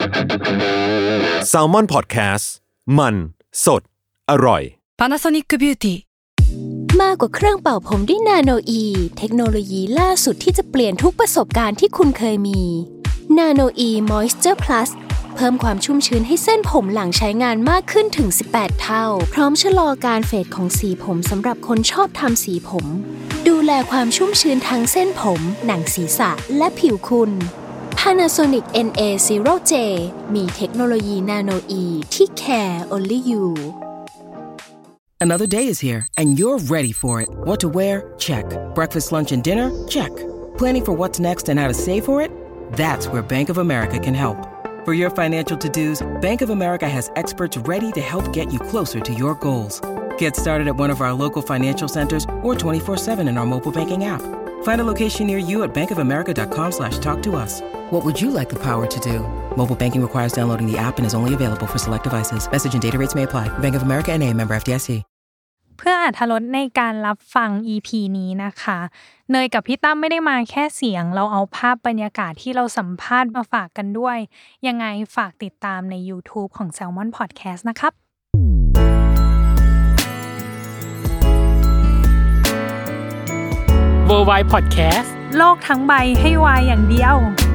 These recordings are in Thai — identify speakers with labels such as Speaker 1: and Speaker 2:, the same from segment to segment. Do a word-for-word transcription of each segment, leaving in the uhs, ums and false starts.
Speaker 1: Salmon Podcast มันสดอร่อย
Speaker 2: Panasonic Beauty
Speaker 3: มากกว่าเครื่องเป่าผมด้วยนาโนอีเทคโนโลยีล่าสุดที่จะเปลี่ยนทุกประสบการณ์ที่คุณเคยมีนาโนอีมอยส์เจอร์พลัสเพิ่มความชุ่มชื้นให้เส้นผมหลังใช้งานมากขึ้นถึงสิบแปดเท่าพร้อมชะลอการเฟดของสีผมสำหรับคนชอบทำสีผมดูแลความชุ่มชื้นทั้งเส้นผมหนังศีรษะและผิวคุณ Panasonic เอ็น เอ ศูนย์ เจ มีเทคโนโลยีนาโนอีที่ care only you
Speaker 4: Another day is here, and you're ready for it. What to wear? Check. Breakfast, lunch, and dinner? Check. Planning for what's next and how to save for it? That's where Bank of America can help. For your financial to-dos, Bank of America has experts ready to help get you closer to your goals. Get started at one of our local financial centers or twenty-four seven in our mobile banking app. Find a location near you at bankofamerica.com slash talk to us. What would you like the power to do? Mobile banking requires downloading the app and is only available for select devices. Message and data rates may apply. Bank of America N A, member เอฟ ดี เอส ซี
Speaker 5: เพื่ออรรถรสในการรับฟัง อี พี นี้นะคะเนยกับพี่ตั้มไม่ได้มาแค่เสียงเราเอาภาพบรรยากาศที่เราสัมภาษณ์มาฝากกันด้วยยังไงฝากติดตามใน YouTube ของ Salmon Podcast นะครับ
Speaker 6: Worldwide Podcast
Speaker 5: โลกทั้งใบให้วายอย่างเดียว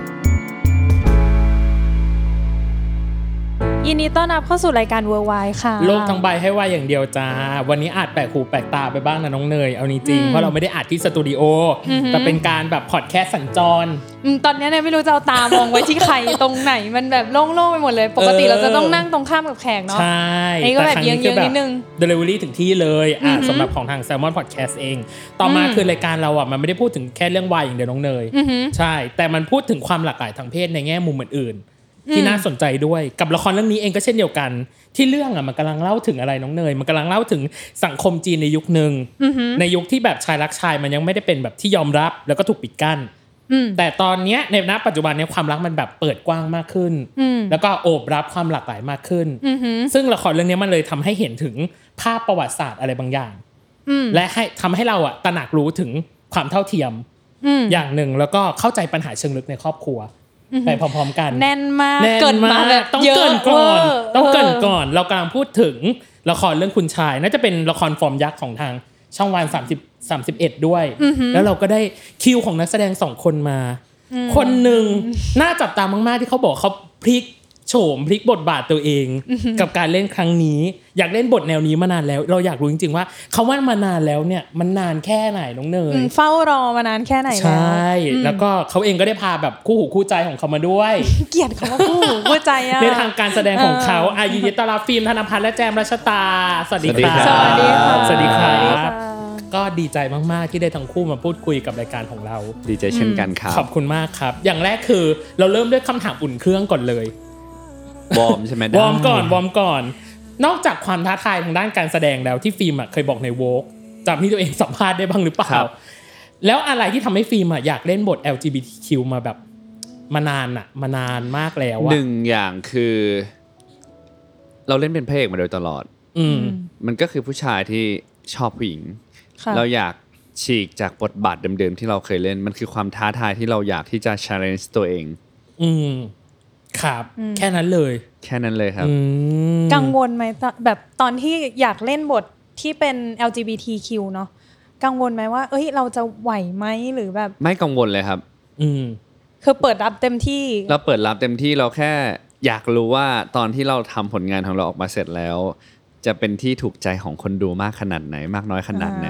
Speaker 5: ยินดีต้อนรับเข้าสู่รายการ Worldwide ค่ะ
Speaker 6: โลกทั้งใบให้วายอย่างเดียวจ้าวันนี้อาจแปลกหูแปลกตาไปบ้างนะน้องเนยเอาจริงๆเพราะเราไม่ได้อัดที่สตูดิโอแต่เป็นการแบบพอดแคสต์สัญจร
Speaker 5: ตอนนี้เนี่ยไม่รู้จะเอาตามองไว้ที่ใครตรงไหนมันแบบโล่งๆไปหมดเลยปกติเราจะต้องนั่งตรงข้ามกับแขกเนาะ
Speaker 6: ใช่
Speaker 5: นี่ก็แบบเยื้องๆนิดนึง
Speaker 6: delivery ถึงที่เลยอ่ะสำหรับของทาง Salmon Podcast เองต่อมาคือรายการเราอ่ะมันไม่ได้พูดถึงแค่เรื่องวายอย่างเดียวน้องเนยใช่แต่มันพูดถึงความหลากหลายทางเพศในแง่มุมอื่นๆที่น่าสนใจด้วยกับละครเรื่องนี้เองก็เช่นเดียวกันที่เรื่องอ่ะมันกำลังเล่าถึงอะไรน้องเนยมันกำลังเล่าถึงสังคมจีนในยุคนึงในยุคที่แบบชายรักชายมันยังไม่ได้เป็นแบบที่ยอมรับแล้วก็ถูกปิดกั้นแต่ตอนเนี้ยในณปัจจุบันเนี้ยความรักมันแบบเปิดกว้างมากขึ้นแล้วก็โอบรับความหลากหลายมากขึ้นซึ่งละครเรื่องนี้มันเลยทำให้เห็นถึงภาพประวัติศาสตร์อะไรบางอย่างและให้ทำให้เราอ่ะตระหนักรู้ถึงความเท่าเทียมอย่างหนึ่งแล้วก็เข้าใจปัญหาเชิงลึกในครอบครัวไปพร้อมๆกัน
Speaker 5: แน่นมากเกินมาแบบ
Speaker 6: ต้องเกินก่อนต้องเกินก่อนเรากำลังพูดถึงละครเรื่องคุณชายน่าจะเป็นละครฟอร์มยักษ์ของทางช่องวันสามสิบ สามสิบเอ็ดด้วยแล้วเราก็ได้คิวของนักแสดงสองคนมาคนนึงน่าจับตามากๆที่เขาบอกเขาพลิกโฉมพลิกบทบาทตัวเองกับการเล่นครั้งนี้อยากเล่นบทแนวนี้มานานแล้วเราอยากรู้จริงๆว่าเขาว่ามานานแล้วเนี่ยมันนานแค่ไหนน้องเนย
Speaker 5: เฝ้ารอมานานแค่ไหนแล้ว
Speaker 6: ใช่แล้วก็เขาเองก็ได้พาแบบคู่หูคู่ใจของเขามาด้วย
Speaker 5: เกลียดคำว่าคู่หูคู่ใจอ่ะ
Speaker 6: ในทางการแสดงของเขาอายินดีต้อนรับฟิล์มธนภัทรและแจมรัชตาสวัสดีครับ
Speaker 5: สวัสดีค่ะ
Speaker 6: สวัสดีครับก็ดีใจมากๆที่ได้ทั้งคู่มาพูดคุยกับรายการของเรา
Speaker 7: ดีใจเช่นกันครับ
Speaker 6: ขอบคุณมากครับอย่างแรกคือเราเริ่มด้วยคำถามอุ่นเครื่องก่อนเลยว
Speaker 7: อร์มใช่ไหม
Speaker 6: วอร์มก่อนวอร์มก่อนนอกจากความท้าทายทางด้านการแสดงแล้วที่ฟิล์มอ่ะเคยบอกในโวล์กจำที่ตัวเองสัมภาษณ์ได้บ้างหรือเปล่าแล้วอะไรที่ทำให้ฟิล์มอ่ะอยากเล่นบท แอล จี บี ที คิว มาแบบมานานอ่ะมานานมากแล้วอ่ะ
Speaker 7: หนึ่งอย่างคือเราเล่นเป็นพระเอกมาโดยตลอด
Speaker 6: อืม
Speaker 7: มันก็คือผู้ชายที่ชอบผู้หญิงเราอยากฉีกจากบทบาทเดิมๆที่เราเคยเล่นมันคือความท้าทายที่เราอยากที่จะ challenge ตัวเอง
Speaker 6: อืมครับแค่นั้นเลย
Speaker 7: แค่นั้นเลยครับ
Speaker 5: กังวลไหมแบบตอนที่อยากเล่นบทที่เป็น แอล จี บี ที คิว เนาะกังวลไหมว่าเอ้ยเราจะไหวไหมหรือแบบ
Speaker 7: ไม่กังวลเลยครับ
Speaker 6: อืม
Speaker 5: คือเปิดรับเต็มที่
Speaker 7: เราเปิดรับเต็มที่เราแค่อยากรู้ว่าตอนที่เราทำผลงานของเราออกมาเสร็จแล้วจะเป็นที่ถูกใจของคนดูมากขนาดไหนมากน้อยขนาดไหน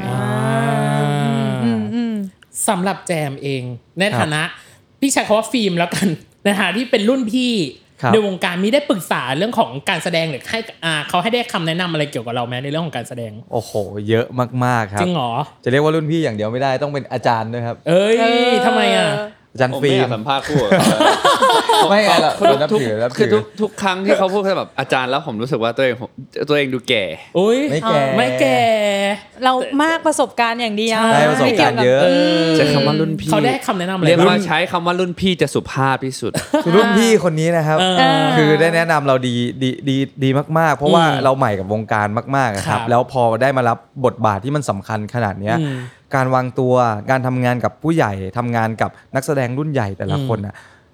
Speaker 6: สำหรับแจมเองในฐานะพี่ใช้คำว่าฟิล์มแล้วกันในฐานะที่เป็นรุ่นพี่ในวงการมีได้ปรึกษาเรื่องของการแสดงหรือให้อ่าเขาให้ได้คำแนะนำอะไรเกี่ยวกับเราไหมในเรื่องของการแสดง
Speaker 8: โอ้โหเยอะมากๆครับ
Speaker 6: จริงเหรอ
Speaker 8: จะเรียกว่ารุ่นพี่อย่างเดียวไม่ได้ต้องเป็นอาจารย์ด้วยครับ
Speaker 6: เอ้ยทำไมอ่ะ
Speaker 8: อาจารย์ฟิล์ม
Speaker 7: สัมภาษณ์คู่
Speaker 8: ไม่ไงล่ะ
Speaker 7: คือทุกทุกครั้งที่เขาพูดแบบอาจารย์แล้วผมรู้สึกว่าตัวเองตัวเองดูแก่
Speaker 6: อุ้ย
Speaker 8: ไม่แก่
Speaker 6: ไม่แก่
Speaker 5: เรามากประสบการณ์อย่างเดียว
Speaker 8: ใช่ประสบการณ์เยอะ
Speaker 7: ใช้คำว่ารุ่นพี่
Speaker 6: เขาได้คำแนะนำอะไร
Speaker 7: เรียกว่าใช้คำว่ารุ่นพี่จะสุภาพที่สุด
Speaker 8: คือรุ่นพี่คนนี้นะครับคือได้แนะนำเราดีดีดีดีมากๆเพราะว่าเราใหม่กับวงการมากๆครับแล้วพอได้มารับบทบาทที่มันสำคัญขนาดนี้การวางตัวการทำงานกับผู้ใหญ่ทำงานกับนักแสดงรุ่นใหญ่แต่ละคนน่ะ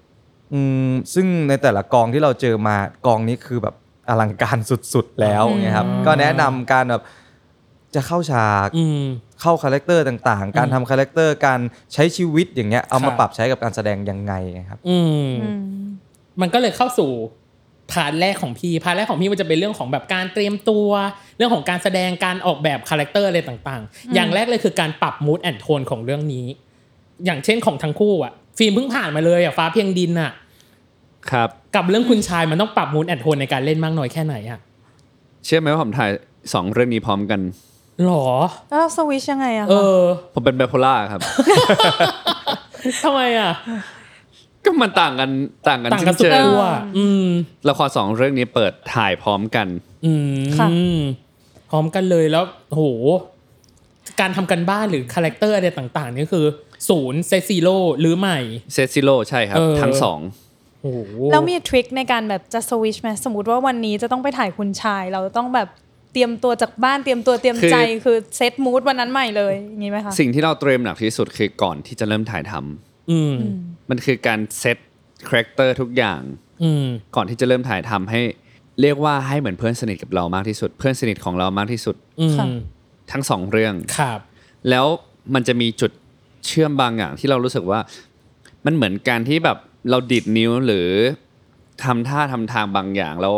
Speaker 8: อืมซึ่งในแต่ละกองที่เราเจอมากองนี้คือแบบอลังการสุดๆแล้วไงครับก็แนะนำการแบบจะเข้าฉากเข้าคาแรคเตอร์ต่างๆการทำคาแรคเตอร์การใช้ชีวิตอย่างเงี้ยเอามาปรับใช้กับการแสดงยังไงครับ
Speaker 6: อืมมันก็เลยเข้าสู่พาร์ทแรกของพี่พาร์ทแรกของพี่มันจะเป็นเรื่องของแบบการเตรียมตัวเรื่องของการแสดงการออกแบบคาแรคเตอร์อะไรต่างๆอย่างแรกเลยคือการปรับมูดแอนด์โทนของเรื่องนี้อย่างเช่นของทั้งคู่อ่ะฟิล์มเพิ่งผ่านมาเลยอ่ะฟ้าเพียงดินอ่ะ
Speaker 7: ครับ
Speaker 6: กับเรื่องคุณชายมันต้องปรับมูดแอนด์โทนในการเล่นมากน้อยแค่ไหนอ่ะ
Speaker 7: เชื่อไหมว่าผมถ่ายสองเรื่องนี้พร้อมกัน
Speaker 6: หรอ
Speaker 5: แล้วสวิชยังไงอ่ะ
Speaker 6: เออ
Speaker 7: ผมเป็นไบโพล่าครับ
Speaker 6: ทำไมอ่ะ
Speaker 7: ก็มันต่างกันต่างกัน
Speaker 6: จริงๆว่ะอืม
Speaker 7: ละครสองเรื่องนี้เปิดถ่ายพร้อมกัน
Speaker 6: อืมค่ะพร้อมกันเลยแล้วโหการทำกันบ้านหรือคาแรคเตอร์อะไรต่างๆนี่คือศูนย์เซตซีโร่หรือใหม่
Speaker 7: เซตซีโร่ใช่ครับทั้งสอง
Speaker 6: โอ้
Speaker 5: แล้วมีทริคในการแบบจะสวิชไหมสมมติว่าวันนี้จะต้องไปถ่ายคุณชายเราต้องแบบเตรียมตัวจากบ้านเตรียมตัวเตรียมใจคือเซตมูดวันนั้นใหม่เลยอย่างงี้ไหมคะ
Speaker 7: สิ่งที่เราเตรียมหนักที่สุดคือก่อนที่จะเริ่มถ่ายทำ
Speaker 6: อืม
Speaker 7: มันคือการเซตคาแรคเตอร์ทุกอย่างก่อนที่จะเริ่มถ่ายทำให้เรียกว่าให้เหมือนเพื่อนสนิทกับเรามากที่สุดเพื่อนสนิทของเรามากที่สุดทั้งสองเรื่อง
Speaker 6: ครับ
Speaker 7: แล้วมันจะมีจุดเชื่อมบางอย่างที่เรารู้สึกว่ามันเหมือนการที่แบบเราดีดนิ้วหรือทำท่าทำทางบางอย่างแล้ว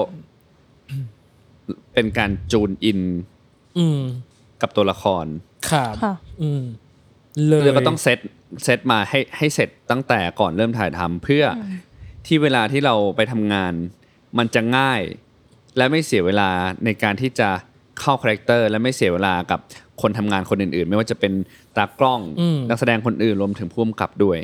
Speaker 7: เป็นการจูนอินกับตัวละคร
Speaker 6: ครับ
Speaker 7: เลยเราก็ต้องเซตเซตมาให้ให้เสร็จตั้งแต่ก่อนเริ่มถ่ายทำเพื่อที่เวลาที่เราไปทำงานมันจะง่ายและไม่เสียเวลาในการที่จะเข้าคาแรคเตอร์และไม่เสียเวลากับคนทำงานคนอื่นๆไม่ว่าจะเป็นตากล้องนักแสดงคนอื่นรวมถึงผู้กำกับด้วย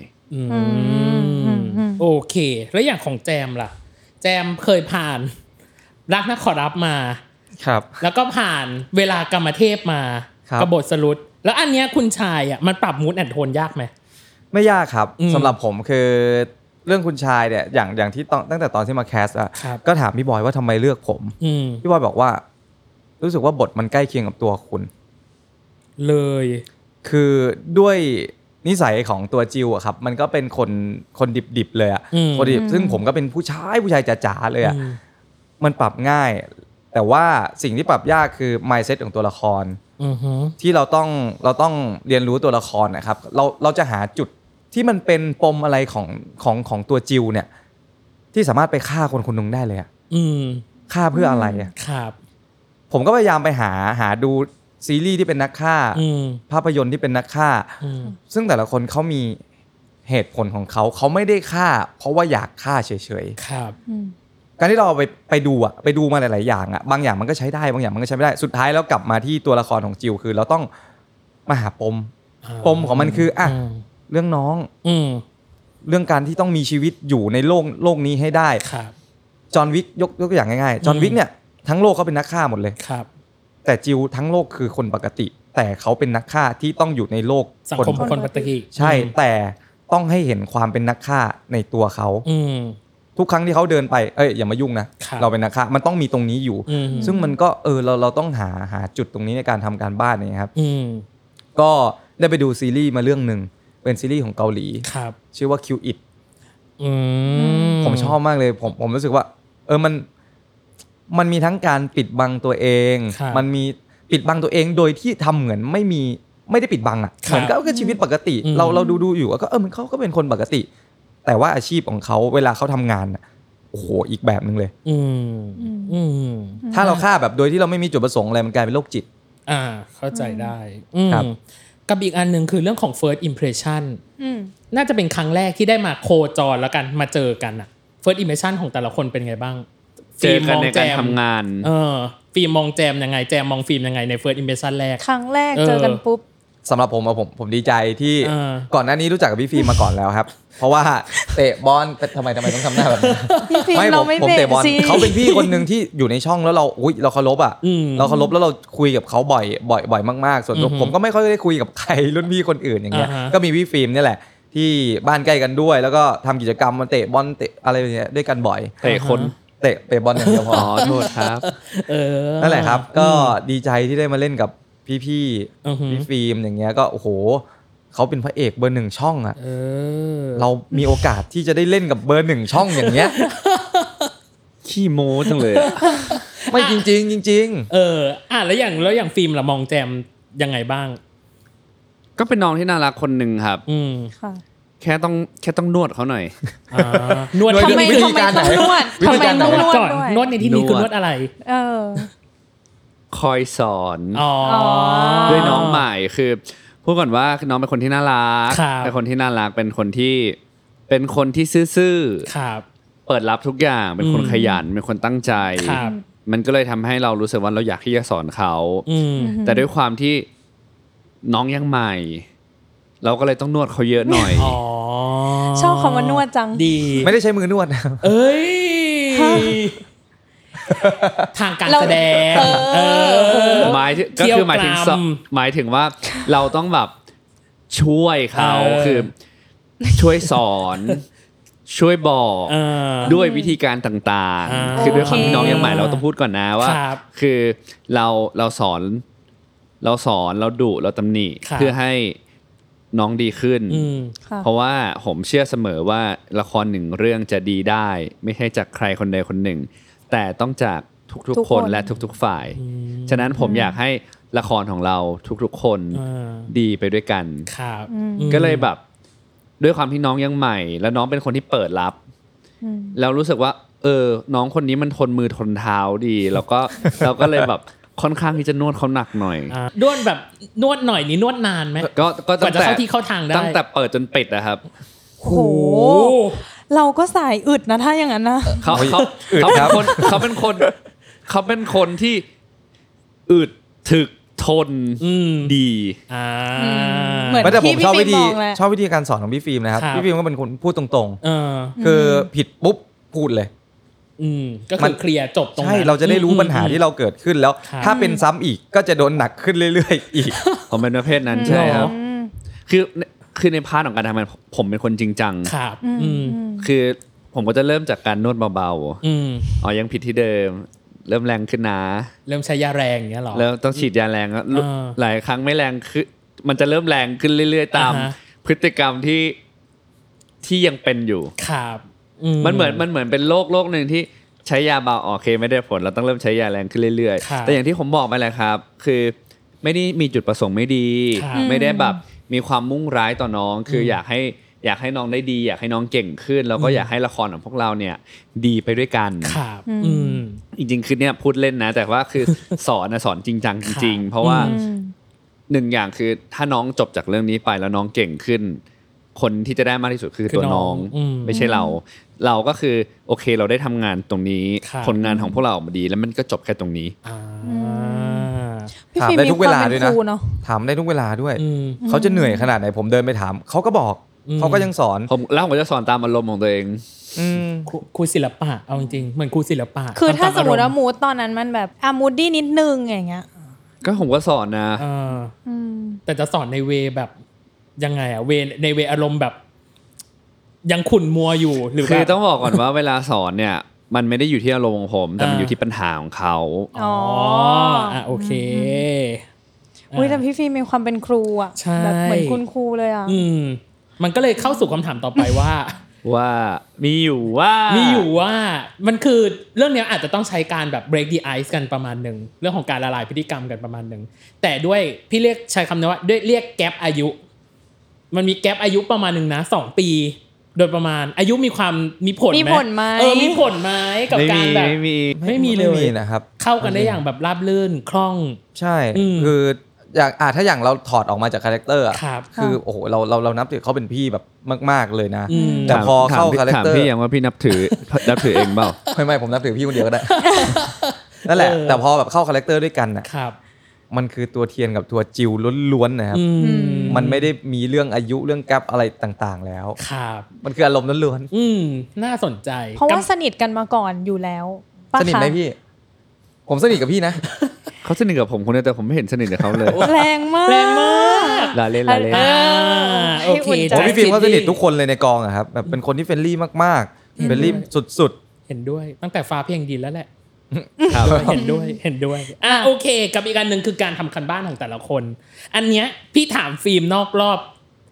Speaker 6: โอเคแล้วอย่างของแจมล่ะแจมเคยผ่านรักนักขอรับมา
Speaker 8: ครับ
Speaker 6: แล้วก็ผ่านเวลากรรมเทพมากบฏสรุปแล้วอันเนี้ยคุณชายอ่ะมันปรับมูดแอนด์โทนยากไหม
Speaker 8: ไม่ยากครับสำหรับผมคือเรื่องคุณชายเนี่ยอย่างอย่างที่ตั้งแต่ตอนที่มาแคสอ่ะก็ถามพี่บอยว่าทำไมเลือกผมพี่บอยบอกว่ารู้สึกว่าบทมันใกล้เคียงกับตัวคุณ
Speaker 6: เลย
Speaker 8: คือด้วยนิสัยของตัวจิวอะครับมันก็เป็นคนคนดิบๆเลยอะคนดิบซึ่งผมก็เป็นผู้ชายผู้ชายจ๋าๆเลยอะมันปรับง่ายแต่ว่าสิ่งที่ปรับยากคือ mindset ของตัวละครที่เราต้องเราต้องเรียนรู้ตัวละครนะครับเราเราจะหาจุดที่มันเป็นปมอะไรของของของตัวจิวเนี่ยที่สามารถไปฆ่าคนคนนึงได้เลยอะฆ่าเพื่ออะไรอะ
Speaker 6: ครับ
Speaker 8: ผมก็พยายามไปหาหาดูซีรีส์ที่เป็นนักฆ่าภาพยนตร์ที่เป็นนักฆ่าซึ่งแต่ละคนเขามีเหตุผลของเขาเขาไม่ได้ฆ่าเพราะว่าอยากฆ่าเฉย
Speaker 6: ๆครับ
Speaker 8: การที่เราไปไปดูอะไปดูมาหลายๆอย่างอะบางอย่างมันก็ใช้ได้บางอย่างมันก็ใช้ไม่ได้สุดท้ายแล้วกลับมาที่ตัวละครของจิวคือเราต้องมาหาปมปมของมันคืออ่ะเรื่องน้องเรื่องการที่ต้องมีชีวิตอยู่ในโลกโลกนี้ให้ได้จอห์นวิกยกยกตัวอย่างง่ายๆจอห์นวิกเนี่ยทั้งโลกเขาเป็นนักฆ่าหมดเลยแต่จิวทั้งโลกคือคนปกติแต่เขาเป็นนักฆ่าที่ต้องอยู่ในโลก
Speaker 6: สังคมคนปกติ
Speaker 8: ใช่แต่ต้องให้เห็นความเป็นนักฆ่าในตัวเขาทุกครั้งที่เขาเดินไปเอ้ยอย่ามายุ่งนะเราเป็นนักฆ่ามันต้องมีตรงนี้อยู่ซึ่งมันก็เออเราเราต้องหาหาจุดตรงนี้ในการทำการบ้านนี่ครับก็ได้ไปดูซีรีส์มาเรื่องนึงเป็นซีรีส์ของเกาหลีชื่อว่า Kill It ผมชอบมากเลยผมผมรู้สึกว่าเออมันมันมีทั้งการปิดบังตัวเองมันมีปิดบังตัวเองโดยที่ทำเหมือนไม่มีไม่ได้ปิดบังอ่ะเหมือนก็ชีวิตปกติเราเราดูดูอยู่ก็เออมันเขาก็เป็นคนปกติแต่ว่าอาชีพของเขาเวลาเขาทำงานโอ้โหอีกแบบนึงเลยถ้าเราฆ่าแบบโดยที่เราไม่มีจุดประสงค์อะไรมันกลายเป็นโรคจิต
Speaker 6: อ่าเข้าใจได้ครับกับอีกอันนึงคือเรื่องของ first impression น่าจะเป็นครั้งแรกที่ได้มาโคจรแล้วกันมาเจอกันอะ first impression ของแต่ละคนเป็นไงบ้าง
Speaker 7: เจอกันในการทำงาน
Speaker 6: เออฟิล์มมองแจมยังไงแจมมองฟิล์มยังไงใน first impression แรก
Speaker 5: ครั้งแรกเจอกันปุ๊บ
Speaker 8: สำหรับผมผมผมดีใจที่ก่อนหน้านี้รู้จักกับพี่ฟิล์มมาก่อนแล้วครับเพราะว่าเตะบอลทำไมทำไมต้องทำหน้าแบบนี้
Speaker 5: ไม่ผม
Speaker 8: ผมเตะบอลเขาเป็นพี่คนนึงที่อยู่ในช่องแล้วเราอุ้ยเราเคารพอ่ะเราเคารพแล้วเราคุยกับเขาบ่อยบ่อยบ่อยมากๆส่วนตัวผมก็ไม่ค่อยได้คุยกับใครรุ่นพี่คนอื่นอย่างเงี้ยก็มีพี่ฟิล์มนี่แหละที่บ้านใกล้กันด้วยแล้วก็ทำกิจกรรมมาเตะบอลเตะอะไรอย่างเงี้ยด้วยกันบ่อย
Speaker 7: เตะคน
Speaker 8: เตะเตะบอลอย่างเดียวพอ
Speaker 7: โทษครับ
Speaker 6: เออ
Speaker 8: นั่นแหละครับก็ดีใจที่ได้มาเล่นกับพี่ๆพี่ฟิล์มอย่างเงี้ยก็โอ้โหเขาเป็นพระเอกเบอร์หนึ่งช่องอ่ะ
Speaker 6: เออ
Speaker 8: เรามีโอกาสที่จะได้เล่นกับเบอร์หนึ่งช่องอย่างเงี้ย
Speaker 7: ขี้โม้จังเลย
Speaker 8: ไม่จริงๆจริงๆ
Speaker 6: เอออ่ะแล้วอย่างแล้วอย่างฟิล์มล่ะมองแจมยังไงบ้าง
Speaker 7: ก็เป็นน้องที่น่ารักคนนึงครับ
Speaker 6: อืม
Speaker 5: ค่ะ
Speaker 7: แค่ต้องแค่ต้องนวดเขาหน่อย
Speaker 6: อ่านวด
Speaker 5: ทำไมทำไมต้องนวดทำไมต้องนวด
Speaker 6: ก่อนนวดในที่นี้คือนวดอะไร
Speaker 5: เออ
Speaker 7: คอยสอน
Speaker 6: อ๋อ
Speaker 7: ด้วยน้องใหม่คือพูดก่อนว่าน้องเป็นคนที่น่ารักเป็นคนที่น่ารักเป็นคนที่เป็นคนที่ซื่อ
Speaker 6: ๆครับ
Speaker 7: เปิดรับทุกอย่างเป็นคนขยันเป็นคนตั้งใจมันก็เลยทำให้เรารู้สึกว่าเราอยากที่จะสอนเขาแต่ด้วยความที่น้องยังใหม่เราก็เลยต้องนวดเขาเยอะหน่อย
Speaker 6: อ๋อ
Speaker 5: ชอบคำว่านวดจัง
Speaker 6: ดี
Speaker 8: ไม่ได้ใช้มือนวดนะ
Speaker 6: เอ้ยทางการแสดงเออ
Speaker 7: หมายก็คือหมายถึงหมายถึงว่าเราต้องแบบช่วยเขาคือช่วยสอนช่วยบอกด้วยวิธีการต่างๆคือด้วยความที่น้องยังใหม่เราต้องพูดก่อนนะว่าคือเราเราสอนเราสอนเราดุเราตำหนิเพื่อให้น้องดีขึ้นเพราะว่าผมเชื่อเสมอว่าละครหนึ่งเรื่องจะดีได้ไม่ใช่จากใครคนใดคนหนึ่งแต่ต้องจากทุกๆคนและทุกๆฝ่ายฉะนั้นผมอยากให้ละครของเราทุกๆคนดีไปด้วยกันก็เลยแบบด้วยความที่น้องยังใหม่แล้วน้องเป็นคนที่เปิดรับแล้วรู้สึกว่าเออน้องคนนี้มันทนมือทนเท้าดีแล้วก็เราก็เลยแบบค่อนข้างที่จะนวดเขาหนักหน่อย
Speaker 6: นวดแบบนวดหน่อยนี่นวดนานไหม
Speaker 7: ก็ก็
Speaker 6: ตั้งแต่เข้าที่เข้าทางได้
Speaker 7: ตั้งแต่เปิดจนปิดนะครับ
Speaker 5: โอ้โหเราก็สายอึดนะถ้าอย่างนั้นนะ
Speaker 7: เขาเขาเขาเป็นคนเขาเป็นคนเขาเป็นคนที่อึดถึกทนดี
Speaker 6: อ่า
Speaker 5: เหมือน
Speaker 8: แต่ผมชอบวิธีชอบวิธีการสอนของพี่ฟิล์มนะครับพี่ฟิล์มก็เป็นคนพูดตรงๆคือผิดปุ๊บพูดเลย
Speaker 6: อืมก็คือเคลียร์จบตรงนั้น
Speaker 8: ใช่เราจะได้รู้ปัญหาที่เราเกิดขึ้นแล้วถ้าเป็นซ้ำอีกก็จะโดนหนักขึ้นเรื่อยๆอีก
Speaker 7: ผมเป็นประเภทนั้นใช่ครับคือคือในพาร์ทของการทำงานผมเป็นคนจริงจัง
Speaker 6: ครับ
Speaker 7: คือผมก็จะเริ่มจากการนวดเบาๆอ๋อยังผิดที่เดิมเริ่มแรงขึ้นนะ
Speaker 6: เริ่มใช้ยาแรงอย่างเงี้ยหรอ
Speaker 7: แล้วต้องฉีดยาแรงหลายครั้งไม่แรงคือมันจะเริ่มแรงขึ้นเรื่อยๆตามพฤติกรรมที่ที่ยังเป็นอยู่
Speaker 6: ครับ
Speaker 7: มันเหมือนมันเหมือนเป็นโรคโรคนึงที่ใช้ยาเบาโอเคไม่ได้ผลเราต้องเริ่มใช้ยาแรงขึ้นเรื่อยๆแต่อย่างที่ผมบอกไปแหละครับคือไม่ได้มีจุดประสงค์ไม่ดีไม่ได้แบบมีความมุ่งร้ายต่อน้องคืออยากให้อยากให้น้องได้ดีอยากให้น้องเก่งขึ้นแล้วก็อยากให้ละครของพวกเราเนี่ยดีไปด้วยกัน
Speaker 6: ครับ
Speaker 7: จริงๆคือเนี่ยพูดเล่นนะแต่ว่าคือสอนนะสอนจริงจังจริงๆเพราะว่าหนึ่งอย่างคือถ้าน้องจบจากเรื่องนี้ไปแล้วน้องเก่งขึ้นคนที่จะได้มากที่สุดคือตัวน้องไม่ใช่เราเราก็คือโอเคเราได้ทำงานตรงนี้ผลงานของพวกเราออกมาดีแล้วมันก็จบแค่ตรงนี้
Speaker 8: ถามได้ทุกเวลาด้วยนะถามได้ทุกเวลาด้วยเขาจะเหนื่อยขนาดไหนผมเดินไปถามเขาก็บอกเขาก็ยังสอน
Speaker 7: ผมแล้วผมจะสอนตามอารมณ์ของตัวเอง
Speaker 6: ครูศิลปะเอาจริงๆเหมือนครูศิลปะ
Speaker 5: คือถ้าสมมติว่ามูดตอนนั้นมันแบบอ่ะมูดดี้นิดนึงอย่างเงี้ย
Speaker 7: ก็ผมก็สอนนะ
Speaker 6: แต่จะสอนในเวแบบยังไงอะเวในเวอารมณ์แบบยังขุ่นมัวอยู่หรือ
Speaker 7: คือต้องบอกก่อนว่าเวลาสอนเนี่ยมันไม่ได้อยู่ที่อารมณ์ของผมแต่มันอยู่ที่ปัญหาของเขา
Speaker 6: อ๋ออ่ะโอเค
Speaker 5: อุ้ยแต่พี่ฟิล์มมีความเป็นครูอ่ะแบบเหมือนคุณครูเลยอ่ะ
Speaker 6: อืมมันก็เลยเข้าสู่คำถามต่อไปว่า
Speaker 7: ว่ามีอยู่ว่า
Speaker 6: มีอยู่ว่ามันคือเรื่องนี้อาจจะต้องใช้การแบบ break the ice กันประมาณนึงเรื่องของการละลายพฤติกรรมกันประมาณนึงแต่ด้วยพี่เรียกใช้คำนี้ว่าด้วยเรียกแกปอายุมันมีแกปอายุประมาณนึงนะสองปีโดยประมาณอายุมีความมีผล
Speaker 5: มีผลมั้ย
Speaker 6: เออมีผลมั้ยกับการแบบ
Speaker 7: ไม่มี
Speaker 6: ไม่มีเลย
Speaker 8: ไม่มีนะครับ
Speaker 6: เข้ากันได้อย่างแบบราบรื่นคล่อง
Speaker 8: ใช่คืออย่างอ่ะถ้าอย่างเราถอดออกมาจากคาแรคเตอร์อ่ะคือโอ้โหเราเราเรานับถือเขาเป็นพี่แบบมากๆเลยนะแต่พอเข้าคาแรคเตอร์
Speaker 7: ถามพี่ยังว่าพี่นับถือนับถือเองเปล่า
Speaker 8: ไม่ไม่ผมนับถือพี่คนเดียวก็ได้นั่นแหละแต่พอแบบเข้าคาแรคเตอร์ด้วยกันน่ะมันคือตัวเทียนกับตัวจิวล้วนๆนะครับมันไม่ได้มีเรื่องอายุเรื่องแกปอะไรต่างๆแล้วมันคืออารมณ์ล้วน
Speaker 6: ๆอืมน่าสนใจ
Speaker 5: เพราะว่าสนิทกันมาก่อนอยู่แล้ว
Speaker 8: สนิทไหมพี่ผมสนิทกับพี่นะ
Speaker 7: เขาสนิทกับผมคนเดียวแต่ผมไม่เห็นสนิทกับเขาเลย
Speaker 5: แรงมาก
Speaker 6: แรงมาก
Speaker 7: ลาเล่นลาเล่น
Speaker 6: โอเค
Speaker 8: พี่ฟิล์มเขาสนิททุกคนเลยในกองอะครับแบบเป็นคนที่เฟรนลี่มากๆเฟรนลี่สุด
Speaker 6: ๆเห็นด้วยตั้งแต่ฟ้าเพียงดินแล้วแหละเห็นด้วยเห็นด้วยอ่ะโอเคกับอีกอันนึงคือการทำคันบ้านของแต่ละคนอันเนี้ยพี่ถามฟิล์มนอกรอบ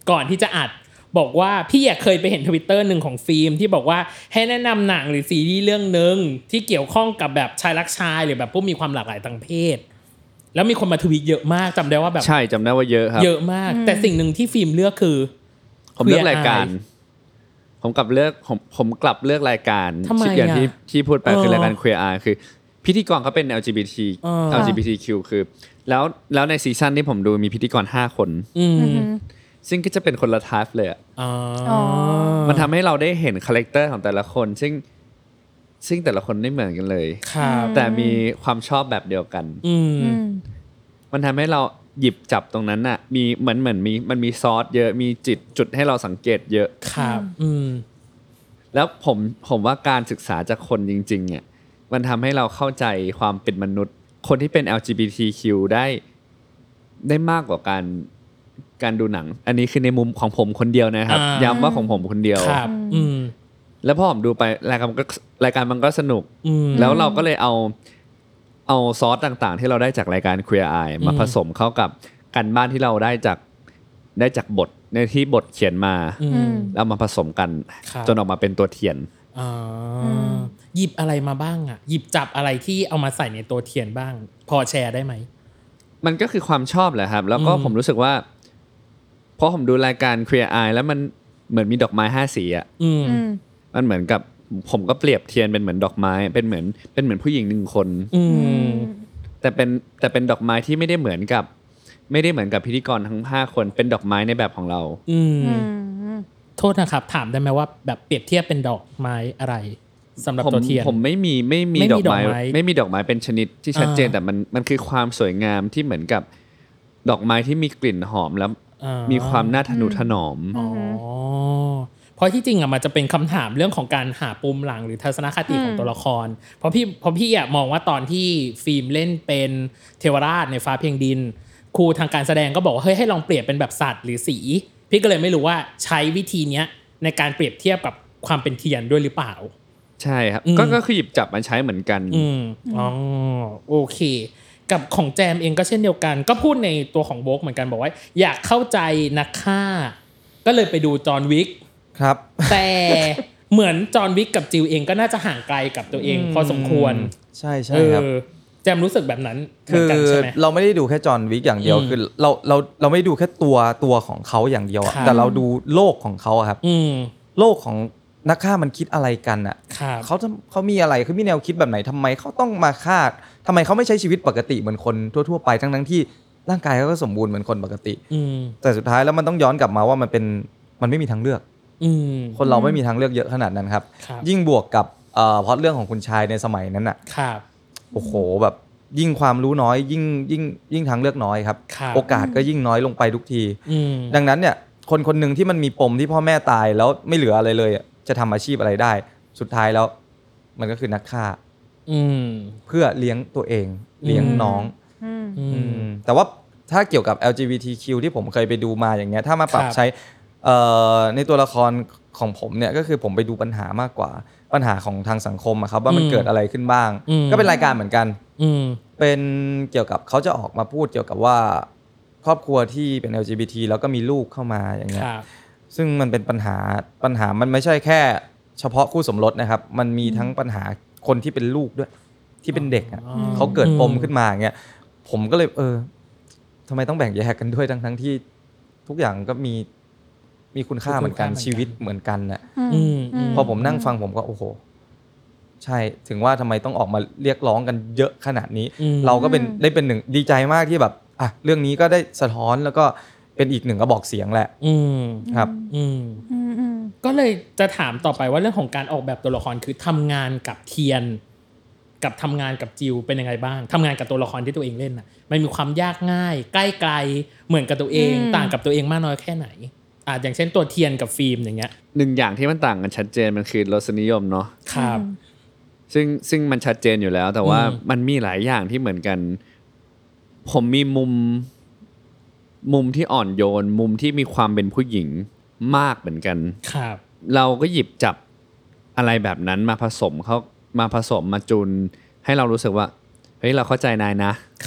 Speaker 6: ก่อนที่จะอัดบอกว่าพี่อยากเคยไปเห็น Twitter นึงของฟิล์มที่บอกว่าให้แนะนำหนังหรือซีรีส์เรื่องนึงที่เกี่ยวข้องกับแบบชายรักชายหรือแบบผู้มีความหลากหลายทางเพศแล้วมีคนมาทวีตเยอะมากจำได้ว่าแบบ
Speaker 7: ใช่จำได้ว่าเยอะครับ
Speaker 6: เยอะมากแต่สิ่งนึงที่ฟิล์มเลือกคือ
Speaker 7: ผมเลือกรายการผมกลับเลือกผมผมกลับเลือกรายการอย่างที่ที่พูดไปคือรายการ Queer Eye คือพิธีกรเขาเป็น แอล จี บี ที แอล จี บี ที คิว คือแล้วแล้วในซีซั่นที่ผมดูมีพิธีกรห้าคนซึ่งก็จะเป็นคนละไทป์เลยอ่ะมันทำให้เราได้เห็นคาแรคเตอร์ของแต่ละคนซึ่งซึ่งแต่ละคนไม่เหมือนกันเลยแต่มีความชอบแบบเดียวกันมันทำให้เราหยิบจับตรงนั้นน่ะมีเหมือนเหมือนมีมันมีซอสเยอะมีจิตจุดให้เราสังเกตเยอะ
Speaker 6: ครับอืม
Speaker 7: แล้วผมผมว่าการศึกษาจากคนจริงๆเนี่ยมันทำให้เราเข้าใจความเป็นมนุษย์คนที่เป็น แอล จี บี ที คิว ได้ได้มากกว่าการการดูหนังอันนี้คือในมุมของผมคนเดียวนะครับย้ำว่าของผมคนเดียว
Speaker 6: ครับอืม
Speaker 7: แล้วพอผมดูไปรายการมันก็รายการมันก็สนุกแล้วเราก็เลยเอาเอาซอสต่างๆที่เราได้จากรายการ Queer Eye มาผสมเข้ากับการบ้านที่เราได้จากได้จากบทในที่บทเขียนมาแล้วมาผสมกันจนออกมาเป็นตัวเทียน
Speaker 6: อ๋อหยิบอะไรมาบ้างอ่ะหยิบจับอะไรที่เอามาใส่ในตัวเทียนบ้างพอแชร์ได้ไหม
Speaker 7: มันก็คือความชอบแหละครับแล้วก็ผมรู้สึกว่าพอผมดูรายการ Queer Eye แล้วมันเหมือนมีดอกไม้ห้าสีอ่ะมันเหมือนกับผมก็เปรียบเทียนเป็นเหมือนดอกไม้เป็นเหมือนเป็นเหมือนผู้หญิงหนึ่งคนแต่เป็นแต่เป็นดอกไม้ที่ไม่ได้เหมือนกับไม่ได้เหมือนกับพิธีกรทั้งห้าคนเป็นดอกไม้ในแบบของเรา
Speaker 6: โทษนะครับถามได้ไหมว่าแบบเปรียบเทียบเป็นดอกไม้อะไรสำหรับตัวเทียน
Speaker 7: ผมไม่มีไม่มีดอกไม้ไม่มีดอกไม้เป็นชนิดที่ชัดเจนแต่มันมันคือความสวยงามที่เหมือนกับดอกไม้ที่มีกลิ่นหอมแล้วมีความน่าทะนุถนอม
Speaker 6: อ๋อเพราะที่จริงอ่ะมันจะเป็นคำถามเรื่องของการหาปุ่มหลังหรือทัศนคติของตัวละครเพราะพี่เพราะพี่อ่ะมองว่าตอนที่ฟิล์มเล่นเป็นเทวราชในฟ้าเพียงดินครูทางการแสดงก็บอกว่าเฮ้ยให้ลองเปรียบเป็นแบบสัตว์หรือสีพี่ก็เลยไม่รู้ว่าใช้วิธีเนี้ยในการเปรียบเทียบกับความเป็นเทียนด้วยหรือเปล่า
Speaker 7: ใช่ครับก็ก็คือหยิบจับมาใช้เหมือนกัน
Speaker 6: อืมอ๋อโอเคกับของแจมเองก็เช่นเดียวกันก็พูดในตัวของโบกเหมือนกันบอกว่าอยากเข้าใจนักฆ่าก็เลยไปดูจอห์นวิก
Speaker 8: ครับ
Speaker 6: แต่เหมือนจอห์นวิกกับจิลเองก็น่าจะห่างไกลกับตัวเองพอสมควร
Speaker 8: ใช่ใช่ครับ
Speaker 6: แจมรู้สึกแบบนั้นเหมื
Speaker 8: อ
Speaker 6: นกันใช่ไหม
Speaker 8: เราไม่ได้ดูแค่จอห์นวิกอย่างเดียวคือเราเราเราไม่ดูแค่ตัวตัวของเขาอย่างเดียวแต่เราดูโลกของเขาครับโลกของนักฆ่ามันคิดอะไรกันอ่ะเขาเขามีอะไรคือมีแนวคิดแบบไหนทำไมเขาต้องมาฆ่าทำไมเขาไม่ใช้ชีวิตปกติเหมือนคนทั่วๆไปทั้งทั้งที่ร่างกายเขาก็สมบูรณ์เหมือนคนปกติแต่สุดท้ายแล้วมันต้องย้อนกลับมาว่ามันเป็นมันไม่มีทางเลือกคนเราไม่มีทางเลือกเยอะขนาดนั้นครับยิ่งบวกกับเอ่อพล็อตเรื่องของคุณชายในสมัยนั้นน่ะโอ้โหแบบยิ่งความรู้น้อยยิ่งยิ่งยิ่งทางเลือกน้อยครับโอกาสก็ยิ่งน้อยลงไปทุกทีดังนั้นเนี่ยคนคนนึงที่มันมีปมที่พ่อแม่ตายแล้วไม่เหลืออะไรเลยจะทำอาชีพอะไรได้สุดท้ายแล้วมันก็คือนักฆ่าเพื่อเลี้ยงตัวเองเลี้ยงน้องแต่ว่าถ้าเกี่ยวกับ แอล จี บี ที คิว ที่ผมเคยไปดูมาอย่างเงี้ยถ้ามาปรับใช้ในตัวละครของผมเนี่ยก็คือผมไปดูปัญหามากกว่าปัญหาของทางสังคมอะครับว่ามันเกิดอะไรขึ้นบ้างก็เป็นรายการเหมือนกันเป็นเกี่ยวกับเขาจะออกมาพูดเกี่ยวกับว่าครอบครัวที่เป็น แอล จี บี ที แล้วก็มีลูกเข้ามาอย่างเงี้ยซึ่งมันเป็นปัญหาปัญหามันไม่ใช่แค่เฉพาะคู่สมรสนะครับมันมีทั้งปัญหาคนที่เป็นลูกด้วยที่เป็นเด็กอ่ะเขาเกิดปมขึ้นมาอย่างเงี้ยผมก็เลยเออทำไมต้องแบ่งแยกกันด้วยทั้งทั้งที่ทุกอย่างก็มีมีคุณค่าเหมือนกันชีวิตเหมือนกันน่ะพอผมนั่งฟังผมก็โอ้โหใช่ถึงว่าทำไมต้องออกมาเรียกร้องกันเยอะขนาดนี้เราก็เป็นได้เป็นหนึ่งดีใจมากที่แบบอ่ะเรื่องนี้ก็ได้สะท้อนแล้วก็เป็นอีกหนึ่งกระบอกเสียงแหละครับ
Speaker 6: ก็เลยจะถามต่อไปว่าเรื่องของการออกแบบตัวละครคือทำงานกับเทียนกับทำงานกับจิวเป็นยังไงบ้างทำงานกับตัวละครที่ตัวเองเล่นน่ะมันมีความยากง่ายใกล้ไกลเหมือนกับตัวเองต่างกับตัวเองมากน้อยแค่ไหนอ่ะอย่างเช่นตัวเทียนกับฟิล์มอย่างเงี้ย
Speaker 7: หนึ่งอย่างที่มันต่างกันชัดเจนมันคือรสนิยมเนาะ
Speaker 6: ครับ
Speaker 7: ซึ่งซึ่งมันชัดเจนอยู่แล้วแต่ว่ามันมีหลายอย่างที่เหมือนกันผมมีมุมมุมที่อ่อนโยนมุมที่มีความเป็นผู้หญิงมากเหมือนกัน
Speaker 6: ครับ
Speaker 7: เราก็หยิบจับอะไรแบบนั้นมาผสมเขามาผสมมาจูนให้เรารู้สึกว่าเฮ้ยเราเข้าใจนายนะ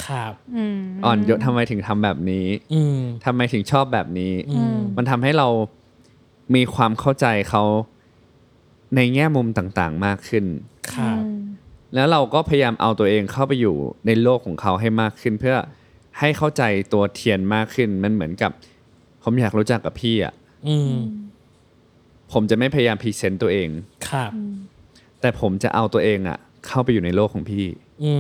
Speaker 6: ครับ
Speaker 7: อ่อนโยนทำไมถึงทำแบบนี้ทำไมถึงชอบแบบนี้มันทำให้เรามีความเข้าใจเขาในแง่มุมต่างๆมากขึ้น
Speaker 6: ครับ
Speaker 7: แล้วเราก็พยายามเอาตัวเองเข้าไปอยู่ในโลกของเขาให้มากขึ้นเพื่อให้เข้าใจตัวเทียนมากขึ้นมันเหมือนกับผมอยากรู้จักกับพี่อ่ะผมจะไม่พยายามพรีเซนต์ตัวเอง
Speaker 6: ครับ
Speaker 7: แต่ผมจะเอาตัวเองอ่ะเข้าไปอยู่ในโลกของพี่